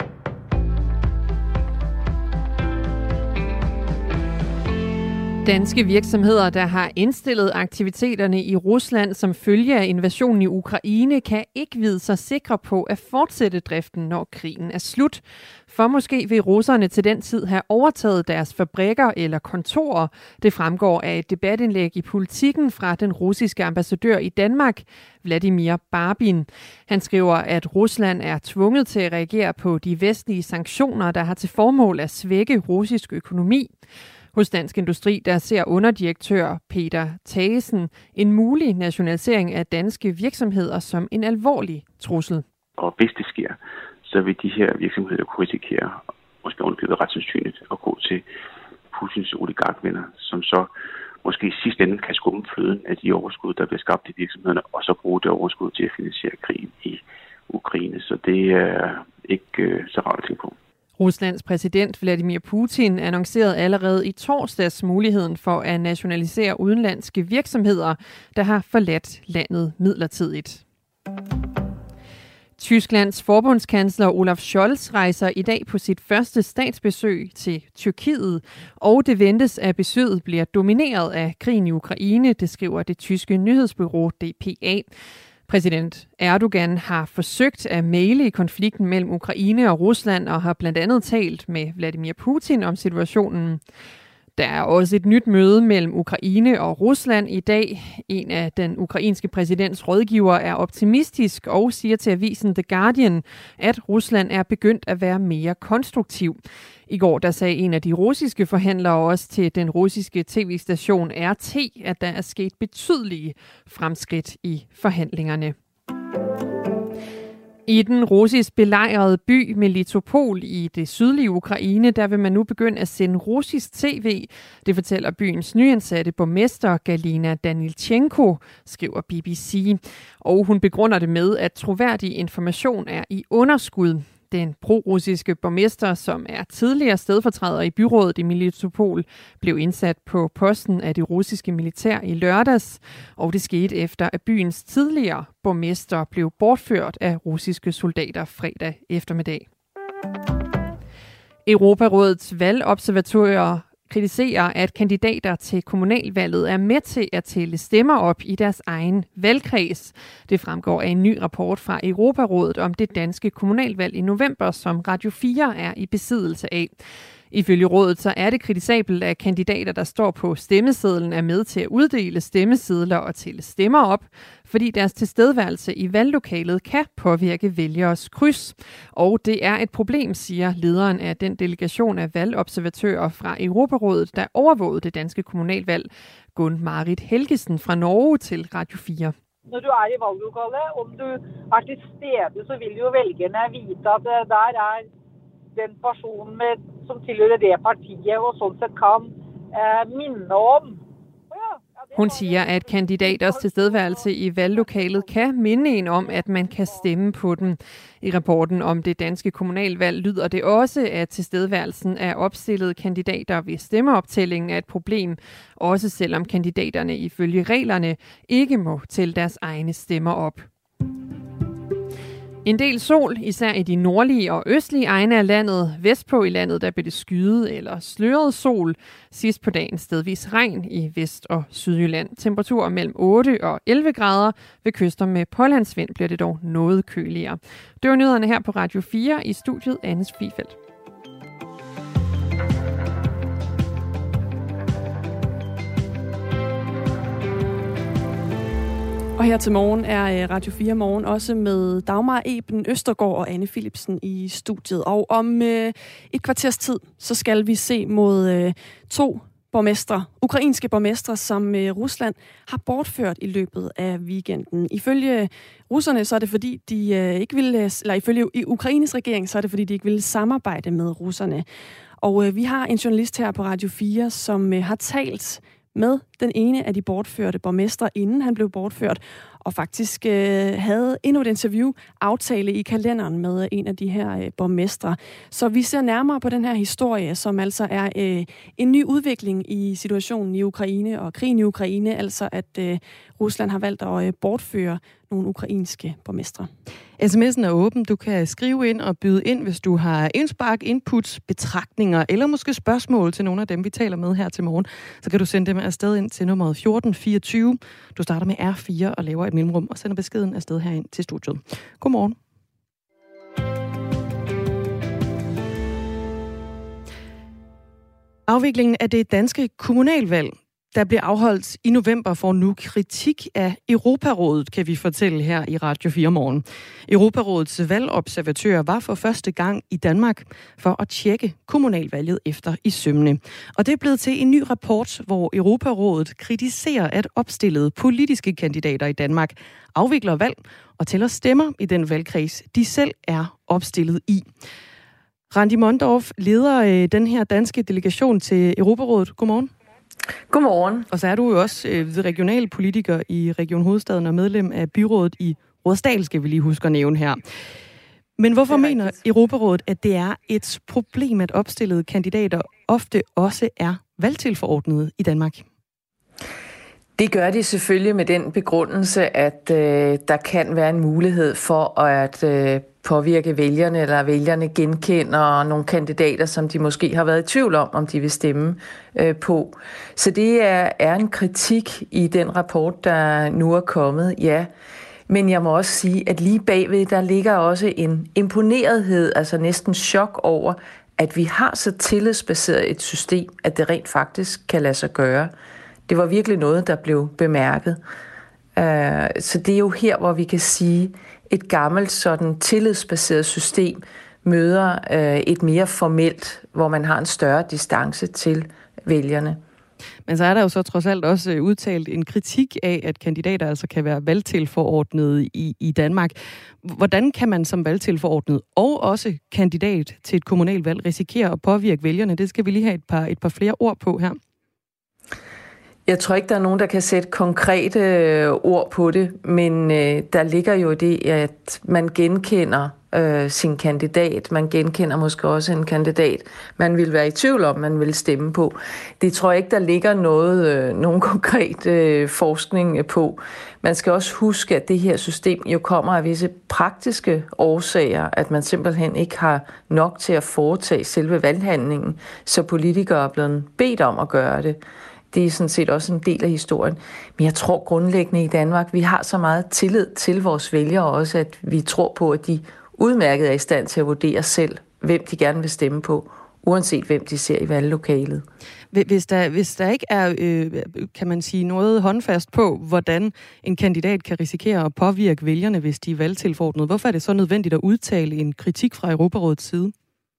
Danske virksomheder, der har indstillet aktiviteterne i Rusland som følge af invasionen i Ukraine, kan ikke vide sig sikre på at fortsætte driften, når krigen er slut. For måske vil russerne til den tid have overtaget deres fabrikker eller kontorer. Det fremgår af et debatindlæg i Politiken fra den russiske ambassadør i Danmark, Vladimir Barbin. Han skriver, at Rusland er tvunget til at reagere på de vestlige sanktioner, der har til formål at svække russisk økonomi. Hos Dansk Industri, der ser underdirektør Peter Thagesen en mulig nationalisering af danske virksomheder som en alvorlig trussel. Og hvis det sker, så vil de her virksomheder kunne risikere, måske ovenikøbet ret sandsynligt, at gå til Putins oligarkvenner, som så måske i sidste ende kan skumme fløden af de overskud, der bliver skabt i virksomhederne, og så bruge det overskud til at finansiere krigen i Ukraine. Så det er ikke øh, så rart at tænke på. Ruslands præsident Vladimir Putin annoncerede allerede i torsdags muligheden for at nationalisere udenlandske virksomheder, der har forladt landet midlertidigt. Tysklands forbundskansler Olaf Scholz rejser i dag på sit første statsbesøg til Tyrkiet, og det ventes, at besøget bliver domineret af krigen i Ukraine, det skriver det tyske nyhedsbureau D P A. Præsident Erdogan har forsøgt at mægle i konflikten mellem Ukraine og Rusland og har blandt andet talt med Vladimir Putin om situationen. Der er også et nyt møde mellem Ukraine og Rusland i dag. En af den ukrainske præsidents rådgiver er optimistisk og siger til avisen The Guardian, at Rusland er begyndt at være mere konstruktiv. I går der sagde en af de russiske forhandlere også til den russiske tv-station R T, at der er sket betydelige fremskridt i forhandlingerne. I den russisk belejrede by Melitopol i det sydlige Ukraine, der vil man nu begynde at sende russisk tv. Det fortæller byens nyansatte borgmester Galina Danilchenko, skriver B B C. Og hun begrunder det med, at troværdig information er i underskud. Den pro-russiske borgmester, som er tidligere stedfortræder i byrådet i Melitopol, blev indsat på posten af det russiske militær i lørdags, og det skete efter, at byens tidligere borgmester blev bortført af russiske soldater fredag eftermiddag. Europarådets valgobservatører kritiserer, at kandidater til kommunalvalget er med til at tælle stemmer op i deres egen valgkreds. Det fremgår af en ny rapport fra Europarådet om det danske kommunalvalg i november, som Radio fire er i besiddelse af. Ifølge rådet så er det kritisabelt, at kandidater, der står på stemmesedlen, er med til at uddele stemmesedler og tælle stemmer op, fordi deres tilstedeværelse i valglokalet kan påvirke vælgeres kryds. Og det er et problem, siger lederen af den delegation af valgobservatører fra Europarådet, der overvågede det danske kommunalvalg, Gunn Marit Helgesen fra Norge til Radio fire. Når du er i valglokalet, om du er til stede, så vil jo vælgerne vite, at der er den person med, som tilhører det partiet, og sådan set kan eh, minde om. Hun siger, at kandidaters tilstedeværelse i valglokalet kan minde en om, at man kan stemme på dem. I rapporten om det danske kommunalvalg lyder det også, at tilstedeværelsen af opstillede kandidater ved stemmeoptællingen er et problem, også selvom kandidaterne ifølge reglerne ikke må tælle deres egne stemmer op. En del sol, især i de nordlige og østlige egne af landet. Vestpå i landet, der blev det skyet eller sløret sol. Sidst på dagen stedvis regn i Vest- og Sydjylland. Temperaturer mellem otte og elleve grader. Ved kyster med pålandsvind bliver det dog noget køligere. Det var nyhederne her på Radio fire i studiet Anne-Sophie Felt. Og her til morgen er Radio fire Morgen også med Dagmar Eben Østergaard og Anne Philipsen i studiet. Og om øh, et kvarters tid, så skal vi se mod øh, to borgmestre, ukrainske borgmestre, som øh, Rusland har bortført i løbet af weekenden. Ifølge russerne, så er det fordi, de øh, ikke ville, eller ifølge Ukraines regering, så er det fordi, de ikke ville samarbejde med russerne. Og øh, vi har en journalist her på Radio fire, som øh, har talt med den ene af de bortførte borgmestre, inden han blev bortført. og faktisk øh, havde endnu et interview aftale i kalenderen med en af de her øh, borgmestre. Så vi ser nærmere på den her historie, som altså er øh, en ny udvikling i situationen i Ukraine og krigen i Ukraine, altså at øh, Rusland har valgt at øh, bortføre nogle ukrainske borgmestre. sms'en er åben. Du kan skrive ind og byde ind, hvis du har indspark, inputs, betragtninger eller måske spørgsmål til nogle af dem, vi taler med her til morgen. Så kan du sende dem afsted ind til nummeret fjorten fireogtyve. Du starter med R fire og laver et mellemrum og sender beskeden afsted herind til studiet. Godmorgen. Afviklingen af det danske kommunalvalg, der bliver afholdt i november, får nu kritik af Europarådet, kan vi fortælle her i Radio fire Morgen. Europarådets valgobservatører var for første gang i Danmark for at tjekke kommunalvalget efter i sømmene. Og det er blevet til en ny rapport, hvor Europarådet kritiserer, at opstillede politiske kandidater i Danmark afvikler valg og tæller stemmer i den valgkreds, de selv er opstillet i. Randi Mondorf leder den her danske delegation til Europarådet. Godmorgen. Godmorgen. Og så er du jo også øh, regionalpolitiker i Region Hovedstaden og medlem af byrådet i Rudersdal, skal vi lige huske at nævne her. Men hvorfor mener Europarådet, at det er et problem, at opstillede kandidater ofte også er valgtilforordnede i Danmark? Det gør de selvfølgelig med den begrundelse, at øh, der kan være en mulighed for at øh, påvirke vælgerne, eller vælgerne genkender nogle kandidater, som de måske har været i tvivl om, om de vil stemme øh, på. Så det er, er en kritik i den rapport, der nu er kommet, ja. Men jeg må også sige, at lige bagved, der ligger også en imponerethed, altså næsten chok over, at vi har så tillidsbaseret et system, at det rent faktisk kan lade sig gøre. Det var virkelig noget, der blev bemærket. Så det er jo her, hvor vi kan sige, et gammelt sådan tillidsbaseret system møder et mere formelt, hvor man har en større distance til vælgerne. Men så er der jo så trods alt også udtalt en kritik af, at kandidater altså kan være valgtilforordnede i, i Danmark. Hvordan kan man som valgtilforordnet og også kandidat til et kommunalvalg risikere at påvirke vælgerne? Det skal vi lige have et par, et par flere ord på her. Jeg tror ikke, der er nogen, der kan sætte konkrete ord på det, men øh, der ligger jo det, at man genkender øh, sin kandidat. Man genkender måske også en kandidat, man vil være i tvivl om, man vil stemme på. Det tror jeg ikke, der ligger noget, øh, nogen konkret øh, forskning på. Man skal også huske, at det her system jo kommer af visse praktiske årsager, at man simpelthen ikke har nok til at foretage selve valghandlingen, så politikere er blevet bedt om at gøre det. Det er sådan set også en del af historien. Men jeg tror grundlæggende i Danmark, vi har så meget tillid til vores vælgere også, at vi tror på, at de udmærket er i stand til at vurdere selv, hvem de gerne vil stemme på, uanset hvem de ser i valglokalet. Hvis der, hvis der ikke er, øh, kan man sige, noget håndfast på, hvordan en kandidat kan risikere at påvirke vælgerne, hvis de er valgtilforordnede, hvorfor er det så nødvendigt at udtale en kritik fra Europarådets side?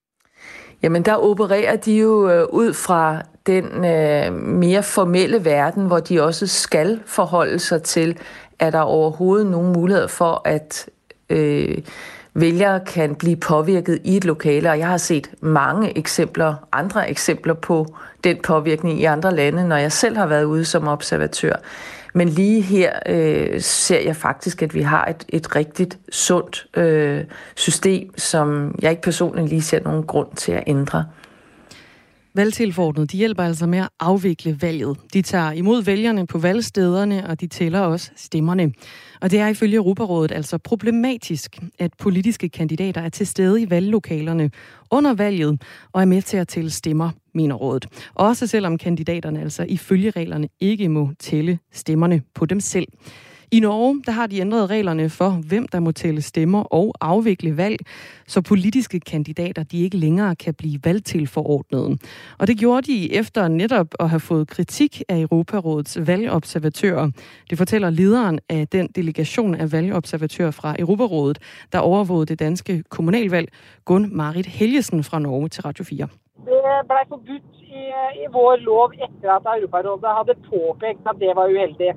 Jamen, der opererer de jo øh, ud fra den øh, mere formelle verden, hvor de også skal forholde sig til, at der overhovedet nogen mulighed for, at øh, vælgere kan blive påvirket i et lokale. Og jeg har set mange eksempler, andre eksempler på den påvirkning i andre lande, når jeg selv har været ude som observatør. Men lige her øh, ser jeg faktisk, at vi har et, et rigtigt sundt øh, system, som jeg ikke personligt lige ser nogen grund til at ændre. Valgtilforordnede, de hjælper altså med at afvikle valget. De tager imod vælgerne på valgstederne, og de tæller også stemmerne. Og det er ifølge Europarådet altså problematisk, at politiske kandidater er til stede i valglokalerne under valget og er med til at tælle stemmer, mener rådet. Også selvom kandidaterne altså ifølge reglerne ikke må tælle stemmerne på dem selv. I Norge, der har de ændret reglerne for, hvem der må tælle stemmer og afvikle valg, så politiske kandidater de ikke længere kan blive valgtilforordnede. Og det gjorde de efter netop at have fået kritik af Europarådets valgobservatører. Det fortæller lederen af den delegation af valgobservatører fra Europarådet, der overvågede det danske kommunalvalg, Gunn Marit Helgesen fra Norge til Radio fire. Det blev forbudt i, i vår lov efter at Europarådet havde påpekt, at det var uheldigt.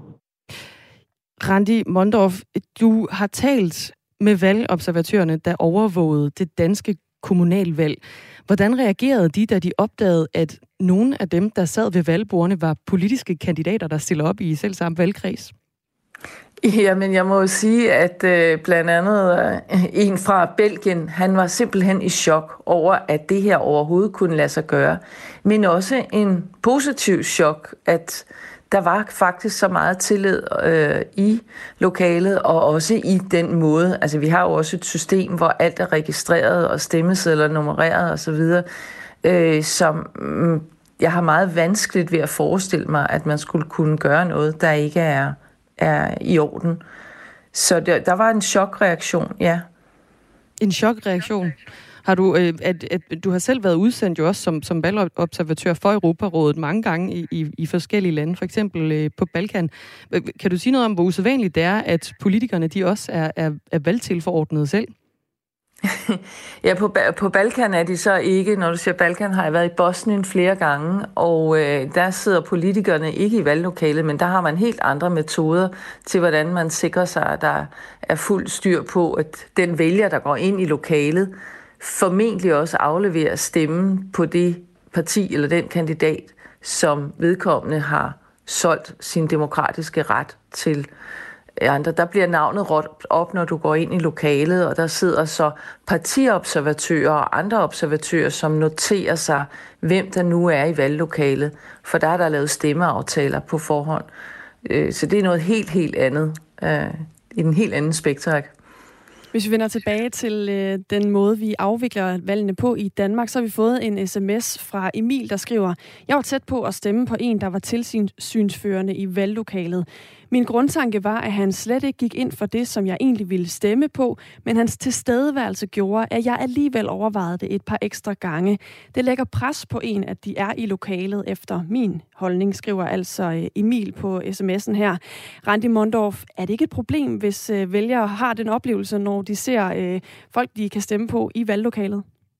Randi Mondorf, du har talt med valgobservatørerne, der overvågede det danske kommunalvalg. Hvordan reagerede de, da de opdagede, at nogle af dem, der sad ved valgbordene, var politiske kandidater, der stiller op i selv samme valgkreds? Jamen, jeg må jo sige, at øh, blandt andet øh, en fra Belgien, han var simpelthen i chok over, at det her overhovedet kunne lade sig gøre. Men også en positiv chok, at der var faktisk så meget tillid øh, i lokalet, og også i den måde. Altså, vi har jo også et system, hvor alt er registreret, og stemmesedler nummereret osv., øh, som øh, jeg har meget vanskeligt ved at forestille mig, at man skulle kunne gøre noget, der ikke er, er i orden. Så der, der var en chokreaktion, ja. En chokreaktion? Har du, øh, at, at du har selv været udsendt jo også som, som valgobservatør for Europarådet mange gange i, i, i forskellige lande, for eksempel øh, på Balkan. Kan du sige noget om, hvor usædvanligt det er, at politikerne de også er, er, er valgtilforordnede selv? Ja, på, på Balkan er de så ikke. Når du siger Balkan, har jeg været i Bosnien flere gange, og øh, der sidder politikerne ikke i valglokalet, men der har man helt andre metoder til, hvordan man sikrer sig, at der er fuld styr på, at den vælger, der går ind i lokalet, formentlig også afleverer stemmen på det parti eller den kandidat, som vedkommende har solgt sin demokratiske ret til andre. Der bliver navnet råbt op, når du går ind i lokalet, og der sidder så partiobservatører og andre observatører, som noterer sig, hvem der nu er i valglokalet, for der er der lavet stemmeaftaler på forhånd. Så det er noget helt, helt andet, i en helt anden spektrum. Hvis vi vender tilbage til øh, den måde, vi afvikler valgene på i Danmark, så har vi fået en sms fra Emil, der skriver: Jeg var tæt på at stemme på en, der var tilsynsførende i valglokalet. Min grundtanke var, at han slet ikke gik ind for det, som jeg egentlig ville stemme på, men hans tilstedeværelse gjorde, at jeg alligevel overvejede det et par ekstra gange. Det lægger pres på en, at de er i lokalet efter min holdning, skriver altså Emil på sms'en her. Randi Mondorf, er det ikke et problem, hvis vælgere har den oplevelse, når de ser øh, folk, de kan stemme på i valglokalet?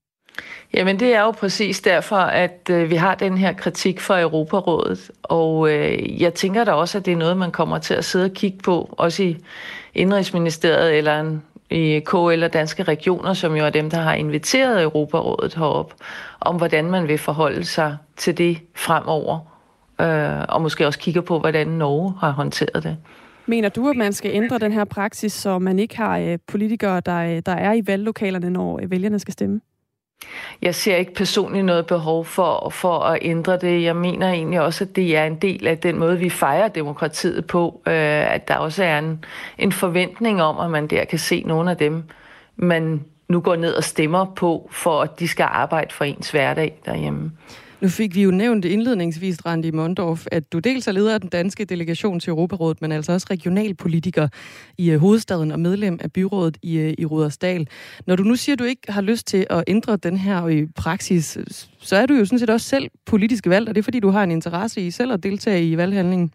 Jamen det er jo præcis derfor, at øh, vi har den her kritik fra Europarådet, og øh, jeg tænker da også, at det er noget, man kommer til at sidde og kigge på, også i Indrigsministeriet eller en, i K L og Danske Regioner, som jo er dem, der har inviteret Europarådet herop, om hvordan man vil forholde sig til det fremover, øh, og måske også kigge på, hvordan Norge har håndteret det. Mener du, at man skal ændre den her praksis, så man ikke har øh, politikere, der, der er i valglokalerne, når øh, vælgerne skal stemme? Jeg ser ikke personligt noget behov for, for at ændre det. Jeg mener egentlig også, at det er en del af den måde, vi fejrer demokratiet på. Øh, at der også er en, en forventning om, at man der kan se nogle af dem, man nu går ned og stemmer på, for at de skal arbejde for ens hverdag derhjemme. Nu fik vi jo nævnt indledningsvis, Randi Mondorf, at du dels er leder af den danske delegation til Europarådet, men altså også regionalpolitiker i uh, hovedstaden og medlem af byrådet i, uh, i Rudersdal. Når du nu siger, at du ikke har lyst til at ændre den her uh, praksis, så er du jo sådan set også selv politisk valgt, og det er fordi, du har en interesse i selv at deltage i valghandlingen.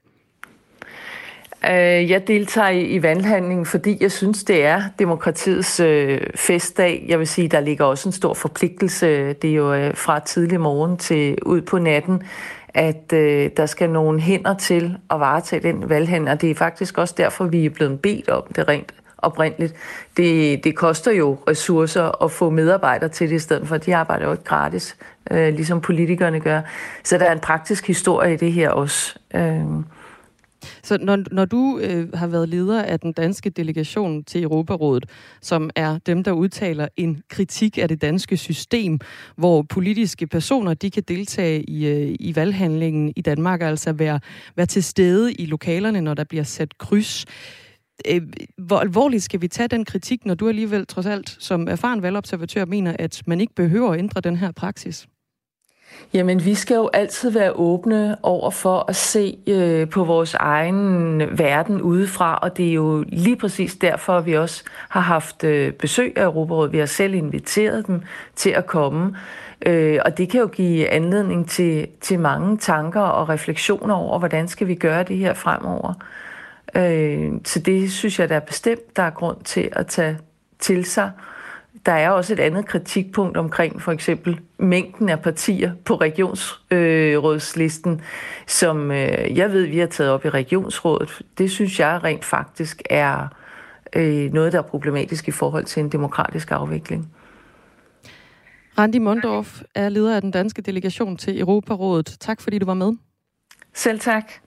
Jeg deltager i valghandlingen, fordi jeg synes, det er demokratiets øh, festdag. Jeg vil sige, der ligger også en stor forpligtelse. Det er jo øh, fra tidlig morgen til ud på natten, at øh, der skal nogle hænder til at varetage den valghandling. Og det er faktisk også derfor, vi er blevet bedt om det rent oprindeligt. Det, det koster jo ressourcer at få medarbejdere til det i stedet for. De arbejder jo ikke gratis, øh, ligesom politikerne gør. Så der er en praktisk historie i det her også. Øh, Så når, når du øh, har været leder af den danske delegation til Europarådet, som er dem, der udtaler en kritik af det danske system, hvor politiske personer de kan deltage i, øh, i valghandlingen i Danmark, altså være, være til stede i lokalerne, når der bliver sat kryds. Øh, hvor alvorligt skal vi tage den kritik, når du alligevel trods alt som erfaren valgobservatør mener, at man ikke behøver at ændre den her praksis? Jamen, vi skal jo altid være åbne over for at se øh, på vores egen verden udefra, og det er jo lige præcis derfor, at vi også har haft øh, besøg af Europarådet. Vi har selv inviteret dem til at komme, øh, og det kan jo give anledning til, til mange tanker og refleksioner over, hvordan skal vi gøre det her fremover. Øh, så det synes jeg, der er bestemt, der er grund til at tage til sig. Der er også et andet kritikpunkt omkring for eksempel mængden af partier på regionsrådslisten, øh, som øh, jeg ved, vi har taget op i regionsrådet. Det synes jeg rent faktisk er øh, noget, der er problematisk i forhold til en demokratisk afvikling. Randi Mondorf er leder af den danske delegation til Europarådet. Tak fordi du var med. Selv tak.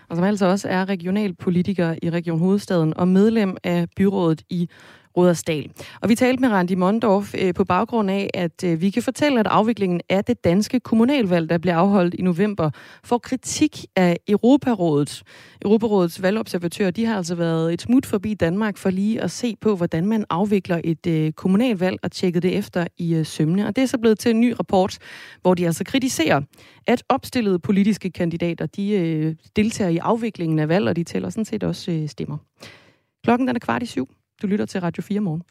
og som altså også er regionalpolitiker i Region Hovedstaden og medlem af byrådet i Rudersdal. Og vi talte med Randi Mondorf øh, på baggrund af, at øh, vi kan fortælle, at afviklingen af det danske kommunalvalg, der bliver afholdt i november, får kritik af Europarådet. Europarådets valgobservatører, de har altså været et smut forbi Danmark for lige at se på, hvordan man afvikler et øh, kommunalvalg og tjekket det efter i øh, sømne. Og det er så blevet til en ny rapport, hvor de altså kritiserer, at opstillede politiske kandidater, de øh, deltager i afviklingen af valg, og de tæller sådan set også øh, stemmer. Klokken den er kvart i syv. Du lytter til Radio fire morgen.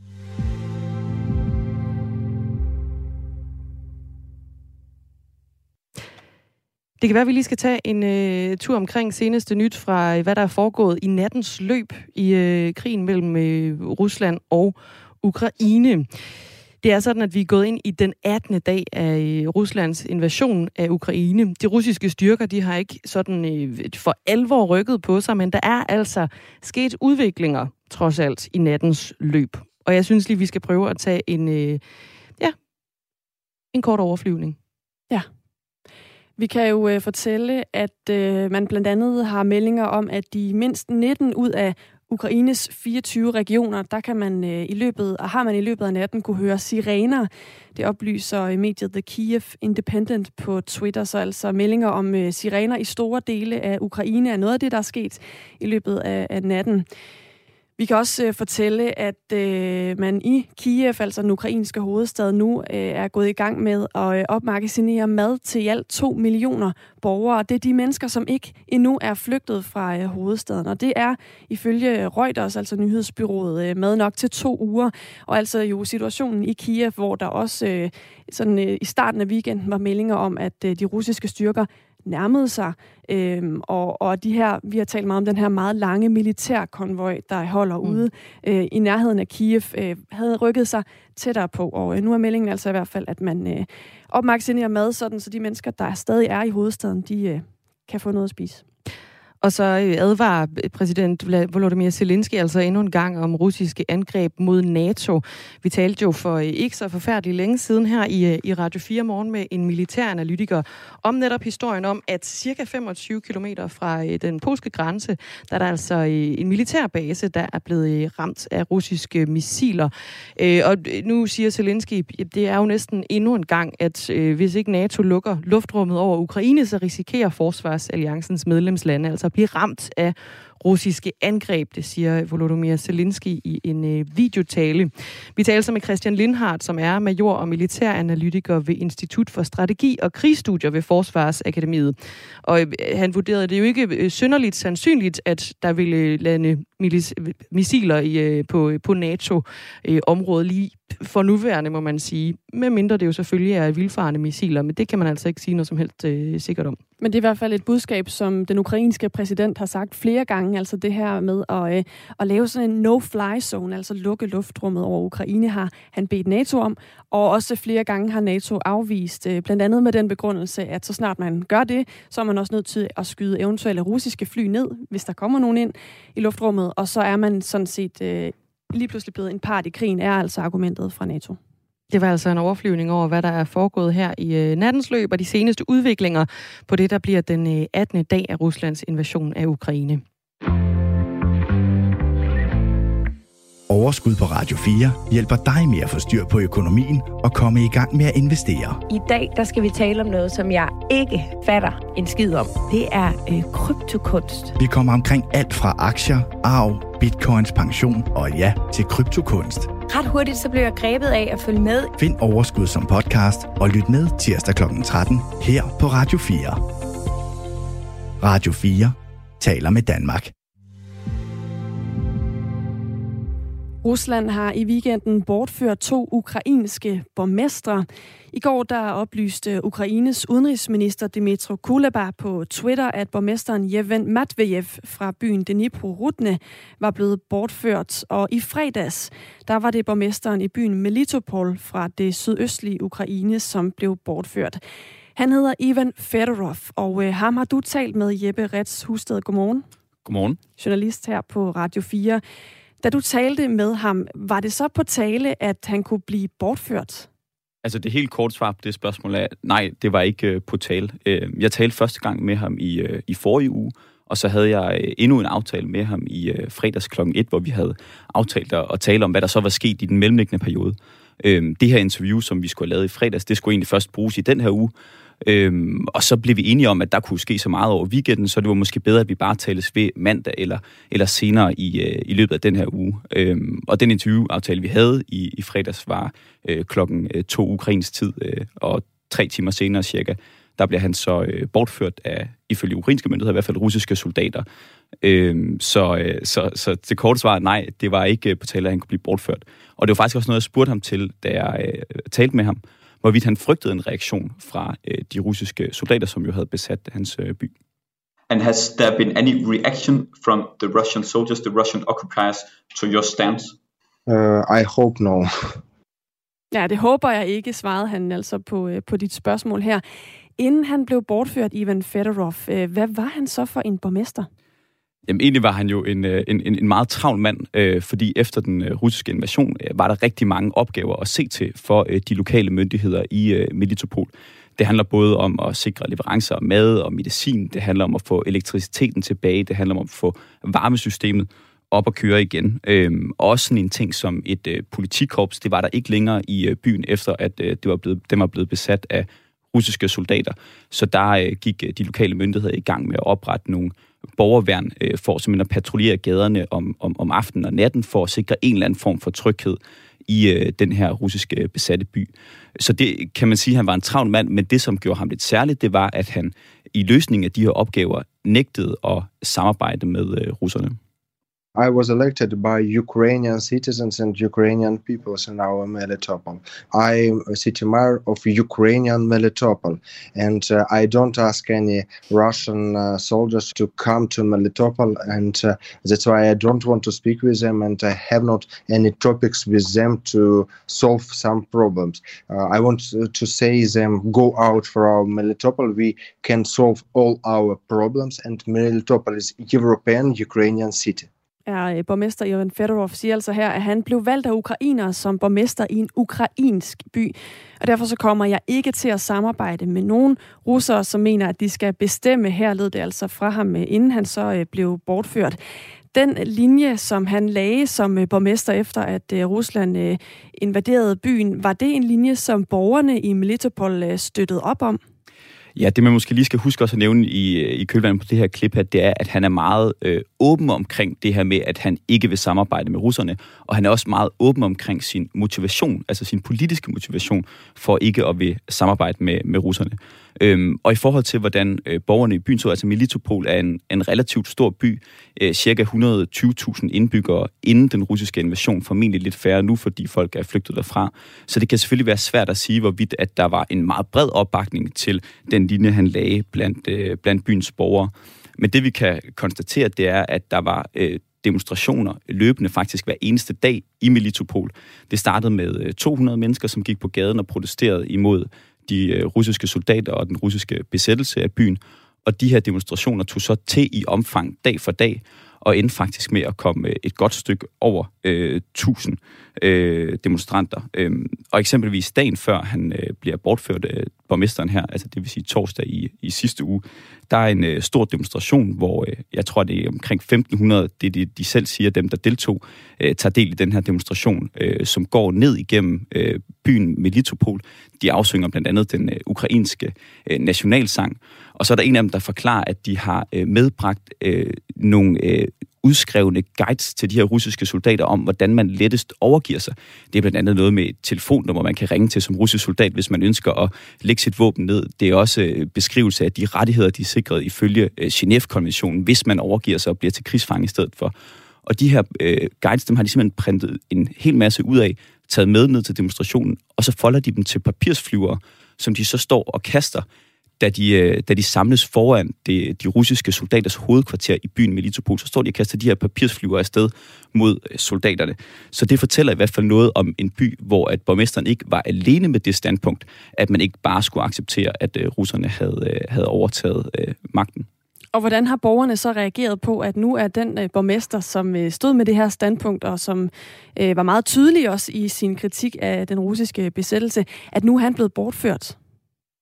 Det kan være, at vi lige skal tage en øh, tur omkring seneste nyt fra, hvad der er foregået i nattens løb i øh, krigen mellem øh, Rusland og Ukraine. Det er sådan, at vi er gået ind i den attende dag af øh, Ruslands invasion af Ukraine. De russiske styrker, de har ikke sådan øh, for alvor rykket på sig, men der er altså sket udviklinger, trods alt, i nattens løb. Og jeg synes lige, vi skal prøve at tage en, øh, ja, en kort overflyvning. Ja. Vi kan jo øh, fortælle, at øh, man blandt andet har meldinger om, at de mindst nitten ud af Ukraines fireogtyve regioner, der kan man øh, i løbet, og har man i løbet af natten kunne høre sirener. Det oplyser mediet The Kiev Independent på Twitter, så altså meldinger om øh, sirener i store dele af Ukraine er noget af det, der er sket i løbet af, af natten. Vi kan også øh, fortælle, at øh, man i Kiev, altså den ukrainske hovedstad, nu øh, er gået i gang med at øh, opmagasinere mad til i alt to millioner borgere. Det er de mennesker, som ikke endnu er flygtet fra øh, hovedstaden. Og det er ifølge Reuters, altså nyhedsbyrået, øh, mad nok til to uger. Og altså jo situationen i Kiev, hvor der også øh, sådan, øh, i starten af weekenden var meldinger om, at øh, de russiske styrker nærmede sig, øhm, og, og de her, vi har talt meget om den her meget lange militærkonvoj, der holder mm. ude øh, i nærheden af Kiev, øh, havde rykket sig tættere på, og øh, nu er meldingen altså i hvert fald, at man øh, opmagasinerer mad, sådan, så de mennesker, der stadig er i hovedstaden, de øh, kan få noget at spise. Og så advarer præsident Volodymyr Zelensky altså endnu en gang om russiske angreb mod NATO. Vi talte jo for ikke så forfærdeligt længe siden her i, i Radio fire morgen med en militæranalytiker om netop historien om, at cirka femogtyve kilometer fra den polske grænse, der er der altså en militærbase, der er blevet ramt af russiske missiler. Og nu siger Zelensky, det er jo næsten endnu en gang, at hvis ikke NATO lukker luftrummet over Ukraine, så risikerer Forsvarsalliancens medlemslande altså blive ramt af russiske angreb, det siger Volodymyr Zelensky i en øh, videotale. Vi taler så med Christian Lindhardt, som er major og militæranalytiker ved Institut for Strategi og Krigsstudier ved Forsvarsakademiet. Og øh, han vurderede det jo ikke øh, synderligt sandsynligt, at der ville lande milis- missiler i, øh, på, på NATO-området øh, lige for nuværende, må man sige. Medmindre det jo selvfølgelig er vildfarende missiler, men det kan man altså ikke sige noget som helst øh, sikkert om. Men det er i hvert fald et budskab, som den ukrainske præsident har sagt flere gange, altså det her med at, øh, at lave sådan en no-fly zone, altså lukke luftrummet over Ukraine, har han bedt NATO om, og også flere gange har NATO afvist, øh, blandt andet med den begrundelse, at så snart man gør det, så er man også nødt til at skyde eventuelle russiske fly ned, hvis der kommer nogen ind i luftrummet, og så er man sådan set øh, lige pludselig blevet en part i krigen, er altså argumentet fra NATO. Det var altså en overflyvning over, hvad der er foregået her i øh, nattens løb, og de seneste udviklinger på det, der bliver den øh, attende dag af Ruslands invasion af Ukraine. Overskud på Radio fire hjælper dig med at få styr på økonomien og komme i gang med at investere. I dag der skal vi tale om noget, som jeg ikke fatter en skid om. Det er øh, kryptokunst. Vi kommer omkring alt fra aktier, arv, bitcoins, pension og ja, til kryptokunst. Ret hurtigt så blev jeg grebet af at følge med. Find Overskud som podcast og lyt med tirsdag klokken tretten her på Radio fire. Radio fire taler med Danmark. Rusland har i weekenden bortført to ukrainske borgmestre. I går der oplyste Ukraines udenrigsminister Dmytro Kuleba på Twitter, at borgmesteren Yevhen Matveyev fra byen Dnipro-Rudne var blevet bortført. Og i fredags, der var det borgmesteren i byen Melitopol fra det sydøstlige Ukraine, som blev bortført. Han hedder Ivan Fedorov, og øh, ham har du talt med, Jeppe Retz Husted. Godmorgen. Godmorgen. Journalist her på Radio fire. Da du talte med ham, var det så på tale, at han kunne blive bortført? Altså det helt kort svar på det spørgsmål er, nej, det var ikke uh, på tale. Uh, jeg talte første gang med ham i, uh, i forrige uge, Og så havde jeg øh, endnu en aftale med ham i øh, fredags klokken et, hvor vi havde aftalt at, at tale om, hvad der så var sket i den mellemliggende periode. Øhm, det her interview, som vi skulle have lavet i fredags, det skulle egentlig først bruges i den her uge. Øhm, og så blev vi enige om, at der kunne ske så meget over weekenden, så det var måske bedre, at vi bare tales ved mandag eller, eller senere i, øh, i løbet af den her uge. Øhm, og den interviewaftale, vi havde i, i fredags, var øh, klokken øh, to ukrainsk tid, øh, og tre timer senere cirka, der bliver han så øh, bortført af, ifølge ukrainske myndigheder, i hvert fald russiske soldater. Øhm, så, øh, så, så det korte svar er nej, det var ikke øh, på tale, at han kunne blive bortført. Og det var faktisk også noget, jeg spurgte ham til, da jeg øh, talte med ham, hvorvidt han frygtede en reaktion fra øh, de russiske soldater, som jo havde besat hans øh, by. And has there been any reaction from the Russian soldiers, the Russian occupiers, to your stance? Uh, I hope no. Ja, det håber jeg ikke, svarede han altså på, øh, på dit spørgsmål her. Inden han blev bortført, Ivan Fedorov, øh, hvad var han så for en borgmester? Jamen egentlig var han jo en, en, en meget travl mand, øh, fordi efter den øh, russiske invasion øh, var der rigtig mange opgaver at se til for øh, de lokale myndigheder i øh, Melitopol. Det handler både om at sikre leverancer af mad og medicin, det handler om at få elektriciteten tilbage, det handler om at få varmesystemet op og køre igen. Øhm, også sådan en ting som et øh, politikorps, det var der ikke længere i øh, byen, efter at øh, det var blevet, dem var blevet besat af russiske soldater. Så der øh, gik øh, de lokale myndigheder i gang med at oprette nogle borgerværn øh, for simpelthen at patruljere gaderne om, om, om aftenen og natten for at sikre en eller anden form for tryghed i øh, den her russiske besatte by. Så det kan man sige, at han var en travl mand, men det, som gjorde ham lidt særligt, det var, at han i løsningen af de her opgaver nægtede at samarbejde med øh, russerne. I was elected by Ukrainian citizens and Ukrainian peoples in our Melitopol. I am a city mayor of Ukrainian Melitopol, and uh, I don't ask any Russian uh, soldiers to come to Melitopol, and uh, that's why I don't want to speak with them, and I have not any topics with them to solve some problems. Uh, I want to say them, go out for our Melitopol, we can solve all our problems, and Melitopol is European Ukrainian city. Er borgmester Ivan Fedorov siger altså her, at han blev valgt af ukrainere som borgmester i en ukrainsk by. Og derfor så kommer jeg ikke til at samarbejde med nogen russere, som mener, at de skal bestemme. Her lød det altså fra ham, inden han så blev bortført. Den linje, som han lagde som borgmester efter, at Rusland invaderede byen, var det en linje, som borgerne i Melitopol støttede op om? Ja, det man måske lige skal huske også at nævne i, i kølvandet på det her klip her, det er, at han er meget øh, åben omkring det her med, at han ikke vil samarbejde med russerne, og han er også meget åben omkring sin motivation, altså sin politiske motivation, for ikke at vil samarbejde med, med russerne. Øhm, og i forhold til, hvordan øh, borgerne i byen så, altså Melitopol er en, en relativt stor by, øh, cirka et hundrede og tyve tusind indbyggere inden den russiske invasion, formentlig lidt færre nu, fordi folk er flygtet derfra. Så det kan selvfølgelig være svært at sige, hvorvidt at der var en meget bred opbakning til den linje, han lagde blandt, øh, blandt byens borgere. Men det vi kan konstatere, det er, at der var øh, demonstrationer løbende faktisk hver eneste dag i Melitopol. Det startede med to hundrede mennesker, som gik på gaden og protesterede imod de russiske soldater og den russiske besættelse af byen. Og de her demonstrationer tog så til i omfang dag for dag, og endte faktisk med at komme et godt stykke over øh, tusind øh, demonstranter. Øhm, og eksempelvis dagen før han øh, bliver bortført, øh, borgmesteren her, altså det vil sige torsdag i, i sidste uge, der er en øh, stor demonstration, hvor øh, jeg tror, det er omkring femten hundrede, det de, de selv siger, dem der deltog, øh, tager del i den her demonstration, øh, som går ned igennem øh, byen Melitopol. De afsynger blandt andet den øh, ukrainske øh, nationalsang. Og så er der en af dem, der forklarer, at de har øh, medbragt øh, nogle øh, udskrevne guides til de her russiske soldater om, hvordan man lettest overgiver sig. Det er blandt andet noget med et telefonnummer, man kan ringe til som russisk soldat, hvis man ønsker at lægge sit våben ned. Det er også øh, beskrivelse af de rettigheder, de er sikret ifølge øh, Genève-konventionen, hvis man overgiver sig og bliver til krigsfange i stedet for. Og de her øh, guides, dem har de simpelthen printet en hel masse ud af, taget med ned til demonstrationen, og så folder de dem til papirsflyvere, som de så står og kaster, da de, da de samles foran de, de russiske soldaters hovedkvarter i byen Melitopol, så står de og kaster de her papirsflyver afsted mod soldaterne. Så det fortæller i hvert fald noget om en by, hvor at borgmesteren ikke var alene med det standpunkt, at man ikke bare skulle acceptere, at uh, russerne havde, uh, havde overtaget uh, magten. Og hvordan har borgerne så reageret på, at nu er den uh, borgmester, som uh, stod med det her standpunkt, og som uh, var meget tydelig også i sin kritik af den russiske besættelse, at nu er han blevet bortført?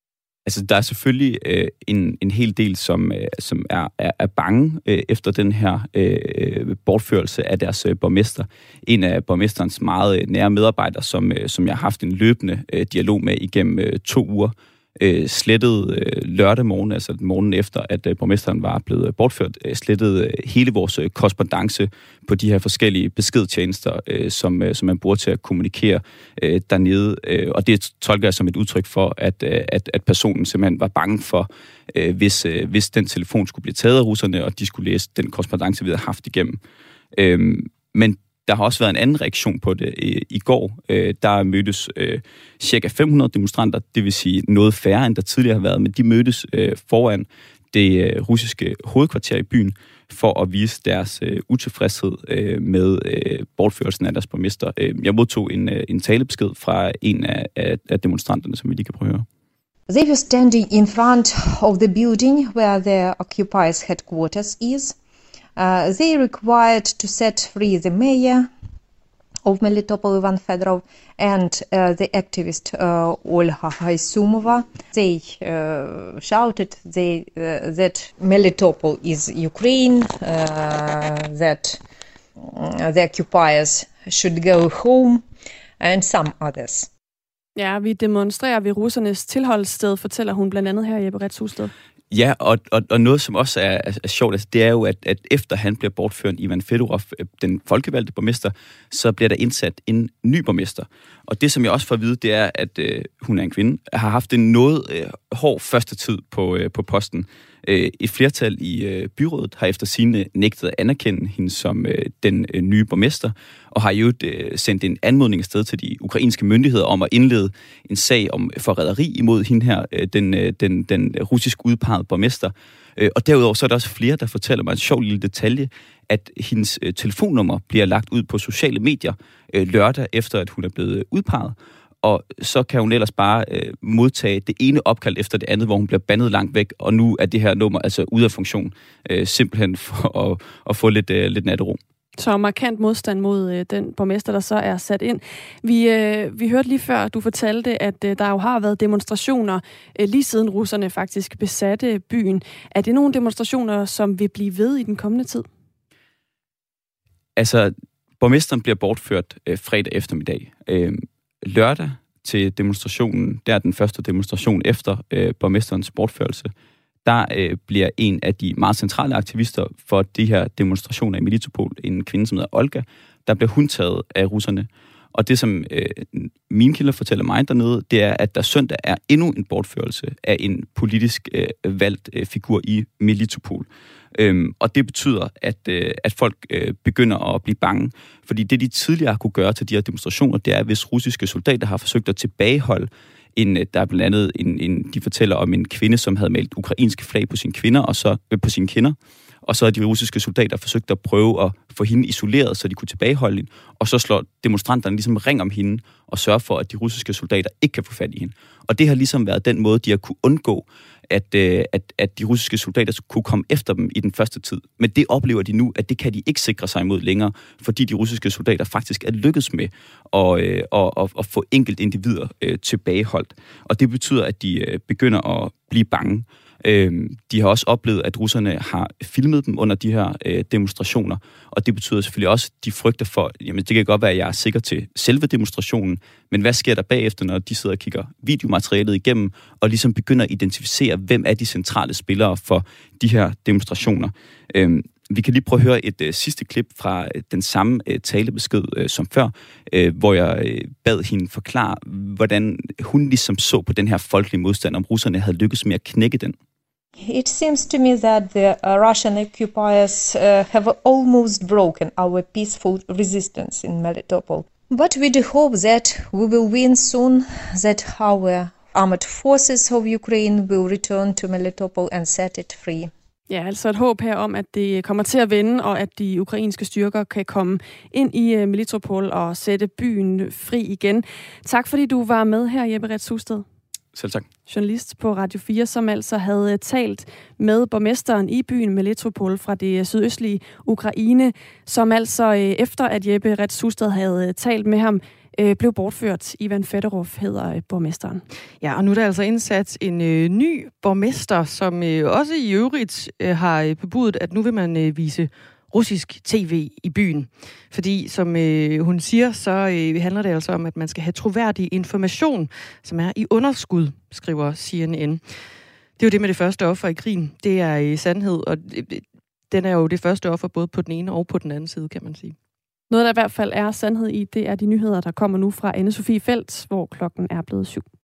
Altså, der er selvfølgelig øh, en, en hel del, som, øh, som er, er, er bange øh, efter den her øh, bortførelse af deres øh, borgmester. En af borgmesterens meget øh, nære medarbejdere, som, øh, som jeg har haft en løbende øh, dialog med igennem øh, to uger, øh, slettede øh, lørdag morgen, altså morgenen efter, at øh, borgmesteren var blevet bortført, øh, slettede øh, hele vores øh, korrespondance på de her forskellige beskedtjenester, øh, som, øh, som man bruger til at kommunikere øh, dernede. Øh, og det tolker jeg som et udtryk for, at, øh, at, at personen simpelthen var bange for, øh, hvis, øh, hvis den telefon skulle blive taget af russerne, og de skulle læse den korrespondance, vi havde haft igennem. Øh, men der har også været en anden reaktion på det. I, i går, øh, der mødtes øh, cirka fem hundrede demonstranter, det vil sige noget færre, end der tidligere har været, men de mødtes øh, foran det øh, russiske hovedkvarter i byen for at vise deres øh, utilfredshed øh, med øh, bortførelsen af deres borgmester. Øh, jeg modtog en, øh, en talebesked fra en af, af, af demonstranterne, som vi lige kan prøve at høre. They were standing in front of the building where the occupiers' headquarters is. Uh, they required to set free the mayor of Melitopol, Ivan Fedorov, and uh, the activist uh, Olga Haysumova. They uh, shouted they, uh, that Melitopol is Ukraine, uh, that uh, the occupiers should go home, and some others. Ja, vi demonstrerer ved russernes tilholdssted, fortæller hun blandt andet her, Jeppe Retz Husted. Ja, og, og, og noget, som også er, er, er sjovt, altså, det er jo, at, at efter han bliver bortført, Ivan Fedorov, den folkevalgte borgmester, så bliver der indsat en ny borgmester. Og det, som jeg også får at vide, det er, at øh, hun er en kvinde, har haft en noget øh, hård første tid på, øh, på posten. Øh, et flertal i øh, byrådet har efter sigende nægtet at anerkende hende som øh, den øh, nye borgmester, og har jo øh, sendt en anmodning afsted til de ukrainske myndigheder om at indlede en sag om forræderi imod hende her, øh, den, øh, den, den russisk udpegede borgmester. Øh, og derudover så er der også flere, der fortæller mig en sjov lille detalje, at hendes øh, telefonnummer bliver lagt ud på sociale medier øh, lørdag efter, at hun er blevet udpeget. Og så kan hun ellers bare øh, modtage det ene opkald efter det andet, hvor hun bliver bandet langt væk, og nu er det her nummer altså ude af funktion, øh, simpelthen for at, at få lidt, øh, lidt nattero. Så markant modstand mod øh, den borgmester, der så er sat ind. Vi, øh, vi hørte lige før, du fortalte, at øh, der jo har været demonstrationer øh, lige siden russerne faktisk besatte byen. Er det nogle demonstrationer, som vil blive ved i den kommende tid? Altså, borgmesteren bliver bortført øh, fredag eftermiddag. Øh, lørdag til demonstrationen, der er den første demonstration efter øh, borgmesterens bortførelse, der øh, bliver en af de meget centrale aktivister for de her demonstrationer i Melitopol, en kvinde, som hedder Olga, der bliver hun taget af russerne. Og det, som øh, mine kilder fortæller mig dernede, det er, at der søndag er endnu en bortførelse af en politisk øh, valgt øh, figur i Melitopol. Øhm, og det betyder, at, øh, at folk øh, begynder at blive bange. Fordi det, de tidligere har kunne gøre til de her demonstrationer, det er, hvis russiske soldater har forsøgt at tilbageholde en, der er blandt andet en, en, de fortæller om en kvinde, som havde malet ukrainske flag på sine kvinder og så øh, på sine kinder. Og så har de russiske soldater forsøgt at prøve at få hende isoleret, så de kunne tilbageholde hende. Og så slår demonstranterne ligesom ring om hende og sørger for, at de russiske soldater ikke kan få fat i hende. Og det har ligesom været den måde, de har kunne undgå, at, at, at de russiske soldater kunne komme efter dem i den første tid. Men det oplever de nu, at det kan de ikke sikre sig imod længere, fordi de russiske soldater faktisk er lykkedes med at, at, at, at få enkelt individer tilbageholdt. Og det betyder, at de begynder at blive bange. De har også oplevet, at russerne har filmet dem under de her demonstrationer, og det betyder selvfølgelig også, at de frygter for, jamen det kan godt være, at jeg er sikker til selve demonstrationen, men hvad sker der bagefter, når de sidder og kigger videomaterialet igennem, og ligesom begynder at identificere, hvem er de centrale spillere for de her demonstrationer. Vi kan lige prøve at høre et uh, sidste klip fra uh, den samme uh, talebesked uh, som før, uh, hvor jeg uh, bad hende forklare, hvordan hun ligesom så på den her folkelige modstand, om russerne havde lykkes med at knække den. It seems to me that the uh, Russian occupiers uh, have almost broken our peaceful resistance in Melitopol. But we do hope that we will win soon, that our armed forces of Ukraine will return to Melitopol and set it free. Ja, altså et håb her om, at det kommer til at vende, og at de ukrainske styrker kan komme ind i Melitopol og sætte byen fri igen. Tak fordi du var med her, Jeppe Retz Husted. Selv tak. Journalist på Radio fire, som altså havde talt med borgmesteren i byen Melitopol fra det sydøstlige Ukraine, som altså efter at Jeppe Retz Husted havde talt med ham, øh, blev bortført. Ivan Fedorov hedder øh, borgmesteren. Ja, og nu er der altså indsat en øh, ny borgmester, som øh, også i øvrigt øh, har bebudet, at nu vil man øh, vise russisk tv i byen. Fordi, som øh, hun siger, så øh, handler det altså om, at man skal have troværdig information, som er i underskud, skriver C N N. Det er jo det med det første offer i krigen. Det er i sandhed, og den er jo det første offer både på den ene og på den anden side, kan man sige. Noget, der i hvert fald er sandhed i, det er de nyheder, der kommer nu fra Anne-Sophie Felt, hvor klokken er blevet syv.